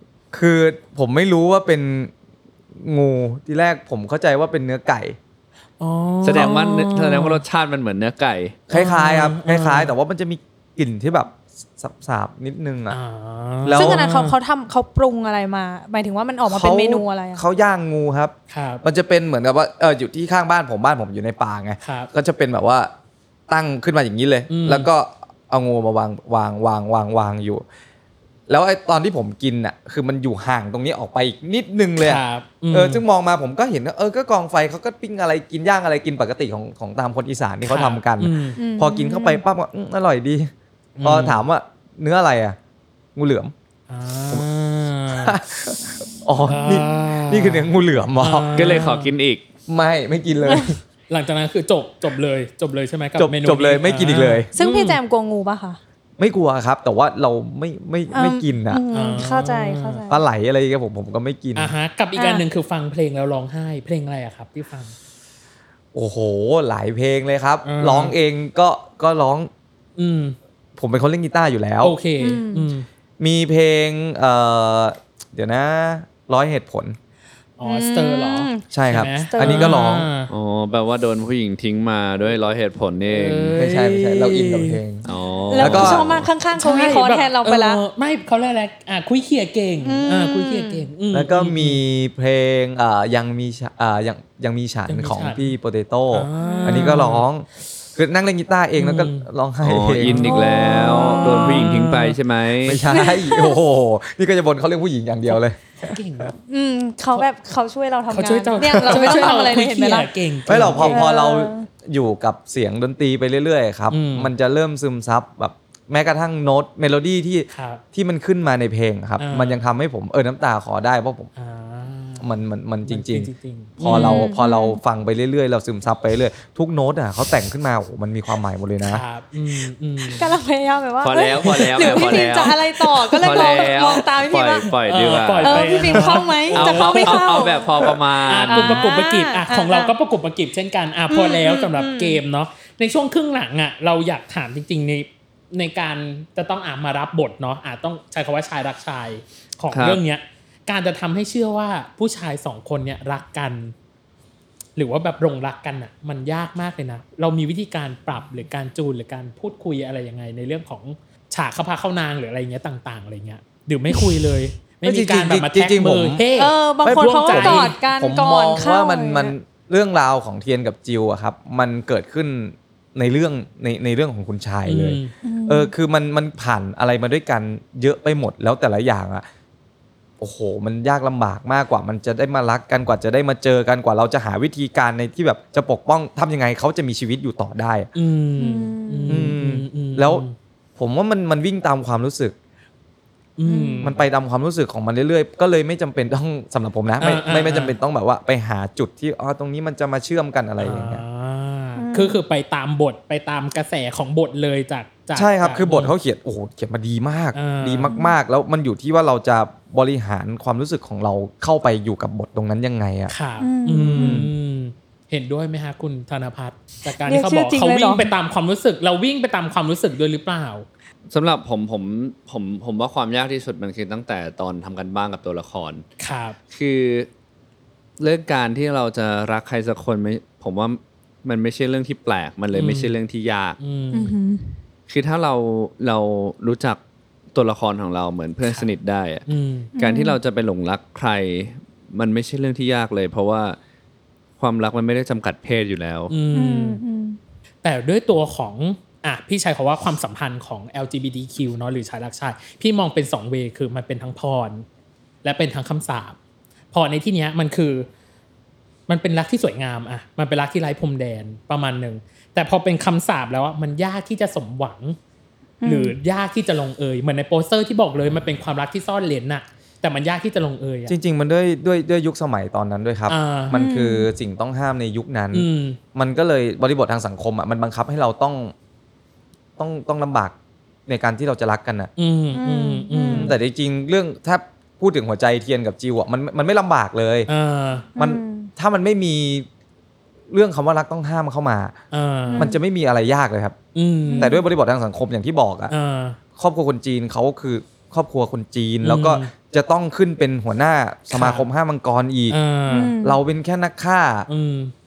Speaker 8: คือผมไม่รู้ว่าเป็นงูทีแรกผมเข้าใจว่าเป็นเนื้อไก่
Speaker 7: แสดงว่าแสดงว่ารสชาติมันเหมือนเนื้อไก่
Speaker 8: คล้ายๆครับคล้ายๆแต่ว่ามันจะมีกลิ่นที่แบบสาบๆนิดนึงอ่ะ
Speaker 2: ซึ่งอันนั้นเขาเขาทำเขาปรุงอะไรมาหมายถึงว่ามันออกมาเป็นเมนูอะไร
Speaker 8: เขาย่างงูครับมันจะเป็นเหมือนกับว่าเอออยู่ที่ข้างบ้านผมบ้านผมอยู่ในป่าไงก็จะเป็นแบบว่าตั้งขึ้นมาอย่างนี้เลยแล้วก็เอางูมาวางวางวางวางวางอยู่แล้วไอ้ตอนที่ผมกินอ่ะคือมันอยู่ห่างตรงนี้ออกไปอีกนิดนึงเลยเออซึ่งมองมาผมก็เห็นว่าเออก็กองไฟเขาก็ปิ้งอะไรกินย่างอะไรกินปกติของของตามคนอีสานที่เขาทำกันพอกินเข้าไปปั๊บก็อร่อยดีพอถามว่าเนื้ออะไรอ่ะงูเหลือมอ๋อนี่นี่คือเนื้องูเหลือม
Speaker 7: ก็เลยขอกินอีก
Speaker 8: ไม่ไม่กินเลย
Speaker 6: หลังจากนั้นคือจบจบเลยจบเลยใช่ไหมกับเมนู
Speaker 8: จบเลยไม่กินอีกเลย
Speaker 2: ซึ่งพี่แจมกลัวงูป่ะคะ
Speaker 8: ไม่กลัวครับแต่ว่าเราไม่ไม่ไม่กินอ่ะ
Speaker 2: เข้าใจเข้าใจ
Speaker 8: ปลาไหลอะไรอย่างเงี้ยผมผมก็ไม่กิน
Speaker 6: อ่าฮะกับอีกอันนึงคือฟังเพลงแล้วร้องไห้เพลงอะไรอะครับที่ฟัง
Speaker 8: โอ้โหหลายเพลงเลยครับร้องเองก็ก็ร้อง
Speaker 6: อืม
Speaker 8: ผมเป็นคนเล่นกีตาร์อยู่แล้ว
Speaker 6: โอเค
Speaker 8: มีเพลงเอ่อเดี๋ยวนะร้อยเหตุผล
Speaker 6: อ๋อสเตอร์เหรอ
Speaker 8: ใช่ครับอันนี้ก็ร้อง
Speaker 7: อ๋อแปลว่าโดนผู้หญิงทิ้งมาด้วยร้อยเหตุผลนี่เอง
Speaker 8: ไม่ใช่ไม่ใช่เราอินกับเพลง
Speaker 7: อ๋อ
Speaker 2: แล้วก็ชอบมากข้างๆเขาวิเคราะห์แทนเราไปแล้ว
Speaker 6: ไม่เขาเรียกอะไรอ่ะคุยเขี่ยเก่งอ่าคุยเขี่ยเก่ง
Speaker 8: แล้วก็มีเพลงอ่ายังมีอ่ายังยังมีฉันของพี่โปเตโต้อันนี้ก็ร้องคือนั่งเล่นกีตาร์เองแล้วก็ร้องไห้
Speaker 7: เพลงอินอีกแล้วโดนผู้หญิงทิ้งไปใช่ไหม
Speaker 8: ไม่ใช่โอ้โหนี่ก็จะบ่นเขาเรื่องผู้หญิงอย่างเดียวเลย
Speaker 6: เก่งแบบ
Speaker 2: อืมเขาแบบเขาช่วยเราทำงานเนี่ยเราไม่ต้องทำอะไรเลยเห็นไหมล่ะ
Speaker 6: เก่ง
Speaker 8: ไม่หรอกพอพอเราอยู่กับเสียงดนตรีไปเรื่อยๆครับมันจะเริ่มซึมซับแบบแม้กระทั่งโน้ตเมโลดี้ที่ที่มันขึ้นมาในเพลงครับมันยังทำให้ผมเออน้ำตาคลอได้เพราะผมมันมันมันจริงๆพอเราพอเราฟังไปเรื่อยๆเราซึมซับไปเรื่อยทุกโน้ตอ่ะเขาแต่งขึ้นมาโอ้โหมันมีความหมายหมดเลยนะ
Speaker 2: กำลังพยายามแบบว่า
Speaker 7: พอแล้วพอแล้ว
Speaker 2: หรือพี่พิมจะอะไรต่อก็เลยมองมองตามพี่พิมว่า
Speaker 7: ปล่อยดีกว่า
Speaker 2: เออพี่พิมเข้าไหมจะเข้าไม่เข้า
Speaker 7: เอาแบบพอประมาณ
Speaker 6: กลุ่มประกบประกิบอ่ะของเราก็ประกบประกิบเช่นกันอ่ะพอแล้วสำหรับเกมเนาะในช่วงครึ่งหลังอ่ะเราอยากถามจริงๆในในการจะต้องอ่ะมารับบทเนาะอ่ะต้องใช้คำว่าชายรักชายของเรื่องเนี้ยการจะทำให้เชื่อว่าผู้ชายสองคนเนี่ยรักกันหรือว่าแบบหลงรักกันอ่ะมันยากมากเลยนะเรามีวิธีการปรับหรือการจูนหรือการพูดคุยอะไรยังไงในเรื่องของฉากเข้าพาเข้านางหรืออะไรเงี้ยต่างๆอะไรเงี้ยหรือไม่คุยเลยไม่มีการแบบมาแท็กเบอร์เฮ้
Speaker 2: เออบางคนเขาก็กอดกันก่อนเข้า
Speaker 8: ว่ามันมันเรื่องราวของเทียนกับจิวอะครับมันเกิดขึ้นในเรื่องในในเรื่องของคุณชายเลยเออคือมันมันผ่านอะไรมาด้วยกันเยอะไปหมดแล้วแต่ละอย่างอะโอ้โหมันยากลำบากมากกว่ามันจะได้มารักกันกว่าจะได้มาเจอกันกว่าเราจะหาวิธีการในที่แบบจะปกป้องทำยังไงเขาจะมีชีวิตอยู่ต่อได้แล้วผมว่ามันมันวิ่งตามความรู้สึกมันไปตามความรู้สึกของมันเรื่อยๆก็เลยไม่จำเป็นต้องสำหรับผมนะไม่ไม่ไม่จำเป็นต้องแบบว่าไปหาจุดที่อ๋อตรงนี้มันจะมาเชื่อมกันอะไรอย่างเงี้ย
Speaker 6: คือคือไปตามบทไปตามกระแสของบทเลยจาก
Speaker 8: ใช่ครับคือบทเขาเขียนโอ้โหเขียนมาดีมากดีมากๆแล้วมันอยู่ที่ว่าเราจะบริหารความรู้สึกของเราเข้าไปอยู่กับบทตรงนั้นยังไงอ่ะ
Speaker 6: ค่ะเห็นด้วยไหมฮะคุณธนภัทรจากการที่เขาบอกเขาวิ่งไปตามความรู้สึกเราวิ่งไปตามความรู้สึกด้วยหรือเปล่า
Speaker 7: สำหรับผมผมผมผมว่าความยากที่สุดมันคือตั้งแต่ตอนทำกันบ้านกับตัวละคร
Speaker 6: ครับ
Speaker 7: คือเรื่องการที่เราจะรักใครสักคนไม่ผมว่ามันไม่ใช่เรื่องที่แปลกมันเลยไม่ใช่เรื่องที่ยากคือถ้าเราเรารู้จักตัวละครของเราเหมือนเพื่อนสนิทได้อะการที่เราจะไปหลงรักใครมันไม่ใช่เรื่องที่ยากเลยเพราะว่าความรักมันไม่ได้จำกัดเพศอยู่แล้ว
Speaker 6: แต่ด้วยตัวของอ่ะพี่ใช้คำว่าความสัมพันธ์ของ แอล จี บี ที คิว เนาะหรือชายรักชายพี่มองเป็นสองเวย์คือมันเป็นทั้งพรและเป็นทั้งคำสาปพรในที่นี้มันคือมันเป็นรักที่สวยงามอ่ะมันเป็นรักที่ไร้พรมแดนประมาณนึงแต่พอเป็นคำสาปแล้วอ่ะมันยากที่จะสมหวังหรือยากที่จะลงเอยเหมือนในโปสเตอร์ที่บอกเลยมันเป็นความรักที่ซ่อนเลนน่ะแต่มันยากที่จะลงเอย
Speaker 8: จริงๆมันด้วยด้วยด้วยยุคสมัยตอนนั้นด้วยครับมันคือสิ่งต้องห้ามในยุคนั้นมันก็เลยบริบททางสังคมอ่ะมันบังคับให้เราต้องต้องต้องลำบากในการที่เราจะรักกันอ่ะแต่จริงๆเรื่องถ้าพูดถึงหัวใจเทียนกับจิวอ่ะมันมันไม่ลำบากเลยมันถ้ามันไม่มีเรื่องคำว่ารักต้องห้ามเข้ามามันจะไม่มีอะไรยากเลยครับแต่ด้วยบริบททางสังคมอย่างที่บอกอ่ะครอบครัวคนจีนเขาคือครอบครัวคนจีนแล้วก็จะต้องขึ้นเป็นหัวหน้าสมาคมห้ามังกรอีกเราเป็นแค่นักฆ่า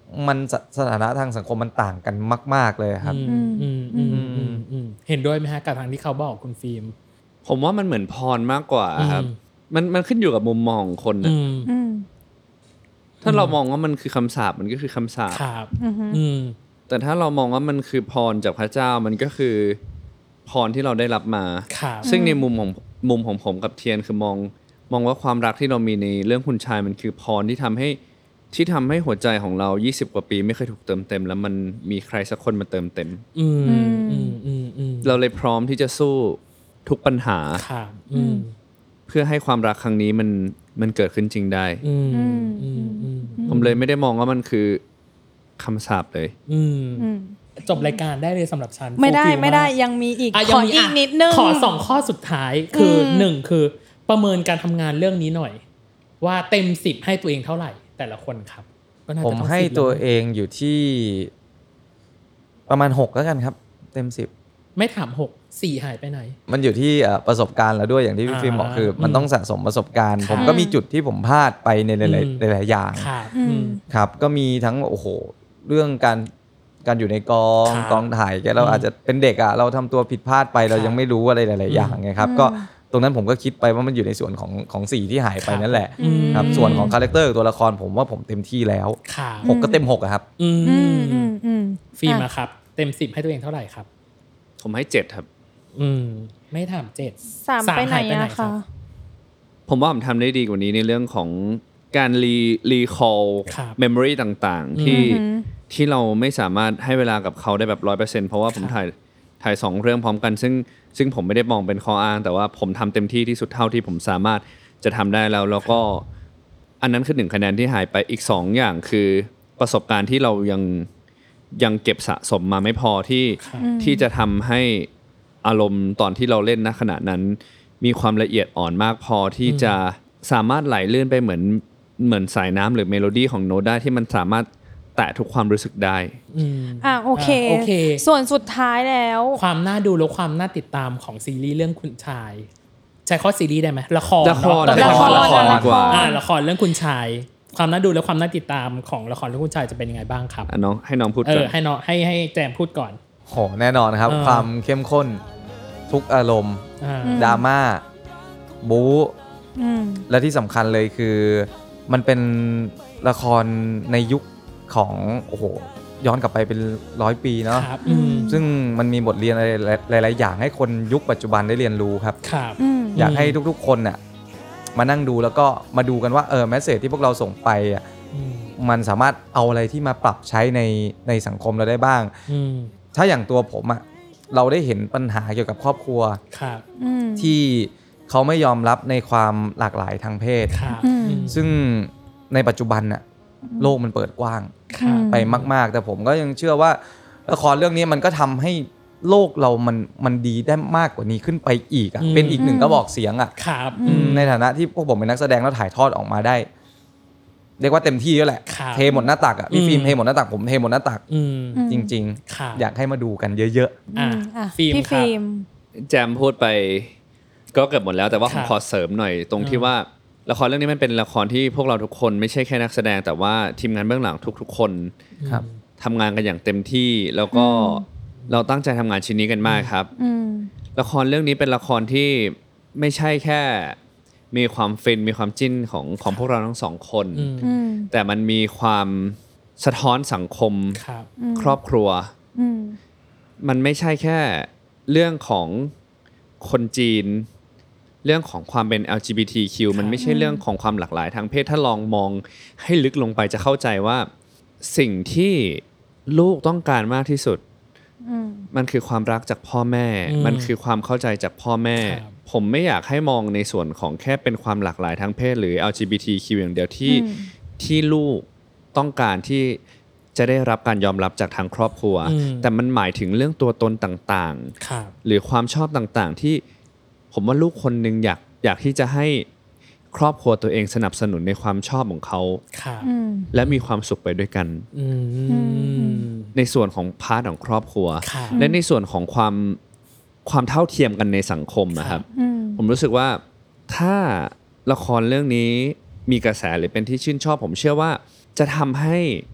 Speaker 8: มันสถานะทางสังคมมันต่างกันมากๆเลยครับ
Speaker 6: เห็นด้วยไหมฮะกับทางที่เขาบอกคุณฟิล์ม
Speaker 7: ผมว่ามันเหมือนพรมากกว่าครับมันมันขึ้นอยู่กับมุมมองของคนนะถ้าเรามองว่ามันคือคำสาปมันก็คือคำสาป
Speaker 6: ครับ
Speaker 7: แต่ถ้าเรามองว่ามันคือพรจากพระเจ้ามันก็คือพรที่เราได้รับมาซึ่งในมุมของมุมของผมกับเทียนคือมองมองว่าความรักที่เรามีในเรื่องคุณชายมันคือพรที่ทำให้ที่ทำให้หัวใจของเรายี่สิบกว่าปีไม่เคยถูกเติมเต็มแล้วมันมีใครสักคนมาเติมเต็มเราเลยพร้อมที่จะสู้ทุกปัญหาเพื่อให้ความรักครั้งนี้มันมันเกิดขึ้นจริงได้ผมเลยไม่ได้มองว่ามันคือคำสาปเลย
Speaker 6: จบรายการได้เลยสำหรับฉัน
Speaker 2: ไม่ได้ไม่ได้ยังมีอีกขออีกนิดนึง
Speaker 6: ขอสองข้อสุดท้ายคือหนึ่งคือประเมินการทำงานเรื่องนี้หน่อยว่าเต็มสิบให้ตัวเองเท่าไหร่แต่ละคนครับ
Speaker 8: ผมให้ตัวเองอยู่ที่ประมาณหกแล้วกันครับเต็มสิบ
Speaker 6: ไม่ถามหก สี่หายไปไหน
Speaker 8: มันอยู่ที่ประสบการณ์แล้วด้วยอย่างที่พี่ฟิล์มบอกคือมันต้องสะสมประสบการณ์ผมก็มีจุดที่ผมพลาดไปในหลายๆอย่างครับก็มีทั้งโอ้โหเรื่องการการอยู่ในกองกองถ่ายแกเราอาจจะเป็นเด็กอ่ะเราทำตัวผิดพลาดไปเรายังไม่รู้อะไรหลายๆอย่างไงครับก็ตรงนั้นผมก็คิดไปว่ามันอยู่ในส่วนของของสี่ที่หายไปนั่นแหละครับส่วนของคาแรคเตอร์ตัวละครผมว่าผมเต็มที่แล้วหกก็เต็มหกครับ
Speaker 6: ฟิล์มครับเต็มสิบให้ตัวเองเท่าไหร่ครับ
Speaker 7: ผมให้เจ็ดครับ
Speaker 6: อืมไม่ถามเจ็ด
Speaker 2: สามไปไหนอะคะ
Speaker 7: ผมว่าผมทำได้ดีกว่านี้ในเรื่องของการรีรีคอลเมมโมรีต่างๆที่ที่เราไม่สามารถให้เวลากับเขาได้แบบ ร้อยเปอร์เซ็นต์ เพราะว่าผมถ่ายถ่ายสองเรื่องพร้อมกันซึ่งซึ่งผมไม่ได้มองเป็นข้ออ้างแต่ว่าผมทำเต็มที่ที่สุดเท่าที่ผมสามารถจะทำได้แล้วแล้วก็อันนั้นคือหนึ่งคะแนนที่หายไปอีกสองอย่างคือประสบการณ์ที่เรายังยังเก็บสะสมมาไม่พอที่ที่จะทำให้อารมณ์ตอนที่เราเล่นณขณะนั้นมีความละเอียดอ่อนมากพอที่จะสามารถไหลเลื่อนไปเหมือนเหมือนสายน้ำหรือเมโลดี้ของโน้ตได้ที่มันสามารถแตะทุกความรู้สึกได้
Speaker 2: อ่ะโอเคโอเคส่วนสุดท้ายแล้ว
Speaker 6: ความน่าดูและความน่าติดตามของซีรีส์เรื่องคุณชายใช้ข้อซีรีส์ได้ไหมละคร
Speaker 7: ละคร
Speaker 6: ละคร
Speaker 7: ละครดีกว่า
Speaker 6: อ่าละครเรื่องคุณชายความน่าดูและความน่าติดตามของละครเรื่องคุณชายจะเป็นยังไงบ้างครับ
Speaker 7: น้องให้น้องพูดก่อน
Speaker 6: เออให้น้องให้ให้แจมพูดก่อน
Speaker 8: โหแน่นอนครับความเข้มข้นทุกอารมณ์ดราม่าบู๊และที่สำคัญเลยคือมันเป็นละครในยุคของโอ้โหย้อนกลับไปเป็นร้อยปีเนาะซึ่งมันมีบทเรียนอะไรหลายๆอย่างให้คนยุคปัจจุบันได้เรียนรู้ครับอยากให้ทุกๆคนน่ะมานั่งดูแล้วก็มาดูกันว่าเออแมสเสจที่พวกเราส่งไปอ่ะมันสามารถเอาอะไรที่มาปรับใช้ในในสังคมเราได้บ้างถ้าอย่างตัวผมอ่ะเราได้เห็นปัญหาเกี่ยวกับครอบครัวที่เขาไม่ยอมรับในความหลากหลายทางเพศซึ่งในปัจจุบันน่ะโลกมันเปิดกว้างไปมากๆแต่ผมก็ยังเชื่อว่าละครเรื่องนี้มันก็ทำให้โลกเรามันมันดีได้มากกว่านี้ขึ้นไปอีกอ่ะเป็นอีกหนึ่งกระบอกเสียงอ่ะในฐานะที่พวกผมเป็นนักแสดงแล้วถ่ายทอดออกมาได้เรียกว่าเต็มที่แล้วแหละเทหมดหน้าตักอ่ะพี่ฟิล์มเทหมดหน้าตักผมเทหมดหน้าตักจริงๆอยากให้มาดูกันเยอะ
Speaker 2: ๆพี่ฟิล์ม
Speaker 7: แจมพูดไปก็เกือบหมดแล้วแต่ว่าผมขอเสริมหน่อยตรงที่ว่าละครเรื่องนี้มันเป็นละครที่พวกเราทุกคนไม่ใช่แค่นักแสดงแต่ว่าทีมงานเบื้องหลังทุกๆคนทำงานกันอย่างเต็มที่แล้วก็เราตั้งใจทำงานชิ้นนี้กันมากครับละครเรื่องนี้เป็นละครที่ไม่ใช่แค่มีความฟินมีความจิ้นของของพวกเราทั้งสองคนแต่มันมีความสะท้อนสังคมครอบครัวมันไม่ใช่แค่เรื่องของคนจีนเรื่องของความเป็น แอล จี บี ที คิว มันไม่ใช่เรื่องของความหลากหลายทางเพศถ้าลองมองให้ลึกลงไปจะเข้าใจว่าสิ่งที่ลูกต้องการมากที่สุดมันคือความรักจากพ่อแม่มันคือความเข้าใจจากพ่อแม่ผมไม่อยากให้มองในส่วนของแค่เป็นความหลากหลายทางเพศหรือ แอล จี บี ที คิว อย่างเดียวที่ที่ลูกต้องการที่จะได้รับการยอมรับจากทางครอบครัวแต่มันหมายถึงเรื่องตัวตนต่างๆหรือความชอบต่างๆที่ผมว่าลูกคนนึงอยากอยากที่จะให้ครอบครัวตัวเองสนับสนุนในความชอบของเขาและมีความสุขไปด้วยกันในส่วนของพาร์ทของครอบครัวและในส่วนของความความเท่าเทียมกันในสังคมนะครับผมรู้สึกว่าถ้าละครเรื่องนี้มีกระแสหรือเป็นที่ชื่นชอบผมเชื่อว่าจะทำให้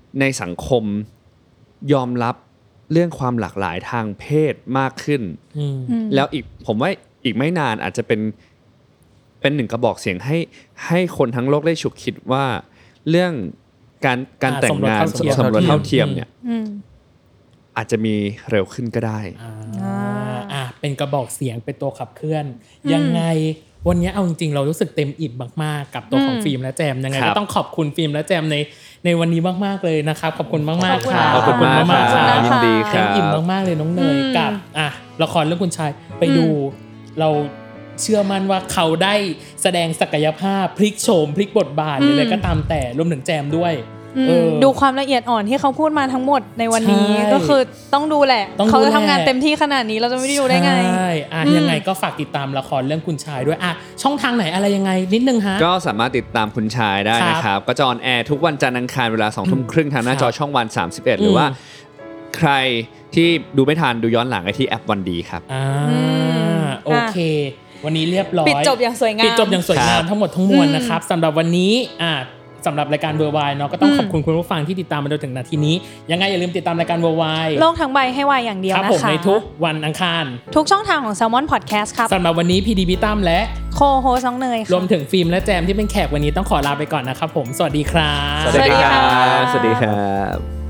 Speaker 7: ในสังคมยอมรับเรื่องความหลากหลายทางเพศมากขึ้นแล้วอีกผมว่าอีกไม่นานอาจจะเป็นเป็นหนึ่งกระบอกเสียงให้ให้คนทั้งโลกได้ฉุกคิดว่าเรื่องการการแต่งงานสมรสเท่าเทียมเนี่ยอาจจะมีเร็วขึ้นก็ได้
Speaker 6: อ่าเป็นกระบอกเสียงเป็นตัวขับเคลื่อนยังไงวันนี้เอาจริงๆเรารู้สึกเต็มอิ่มมากๆกับตัวของฟิล์มและแจมยังไงก็ต้องขอบคุณฟิล์มและแจมในในวันนี้มากๆเลยนะครับขอบคุณมากๆค่ะ
Speaker 7: ขอบคุณมากๆค่ะยินดีครับ
Speaker 6: เต็มอิ่มมากๆเลยน้องเนยกับอ่ะละครเรื่องคุณชายไปดูเราเชื่อมั่นว่าเขาได้แสดงศักยภาพพลิกโฉมพลิกบทบาทอะไรก็ตามแต่รวมถึงแจมด้วย
Speaker 2: ดูความละเอียดอ่อนที่เขาพูดมาทั้งหมดในวันนี้ก็คือต้องดูแหละเขาจะทำงานเต็มที่ขนาดนี้เราจะไม่ได้ดูได้ไง
Speaker 6: ใช่อ่ะยังไงก็ฝากติดตามละครเรื่องคุณชายด้วยอ่ะช่องทางไหนอะไรยังไงนิดนึงฮะ
Speaker 7: ก็สามารถติดตามคุณชายได้นะครับก็จะออนแอร์ทุกวันจันทร์อังคารเวลา สองทุ่มครึ่งทางหน้าจอช่องวันสามสิบเอ็ดหรือว่าใครที่ดูไม่ทันดูย้อนหลังได้ที่แอปวันดีครับ
Speaker 6: อ่าโอเควันนี้เรียบร้อย
Speaker 2: ปิดจบอย่างสวยงาม
Speaker 6: ปิดจบอย่างสวยงามทั้งหมดทั้งมวลนะครับสำหรับวันนี้อ่ะสำหรับรายการเวอร์ไวเนาะก็ต้องขอบคุณคุณผู้ฟังที่ติดตามมาจนถึงนาทีนี้ยังไงอย่าลืมติดตามรายการเวอร์ไว
Speaker 2: โลกทั้งใบให้วายอย่างเดียวนะคะครับผม
Speaker 6: ในทุกวันอังคาร
Speaker 2: ทุกช่องทางของ Salmon Podcast ครับ
Speaker 6: สำหรับวันนี้พีดีพี่ตั้มและ
Speaker 2: โคโฮสน้องเนย
Speaker 6: รวมถึงฟิล์มและแจมที่เป็นแขกวันนี้ต้องขอลาไปก่อนนะครับผมสวัสดีครับ
Speaker 7: สวัสดีครับสวัสดีครับ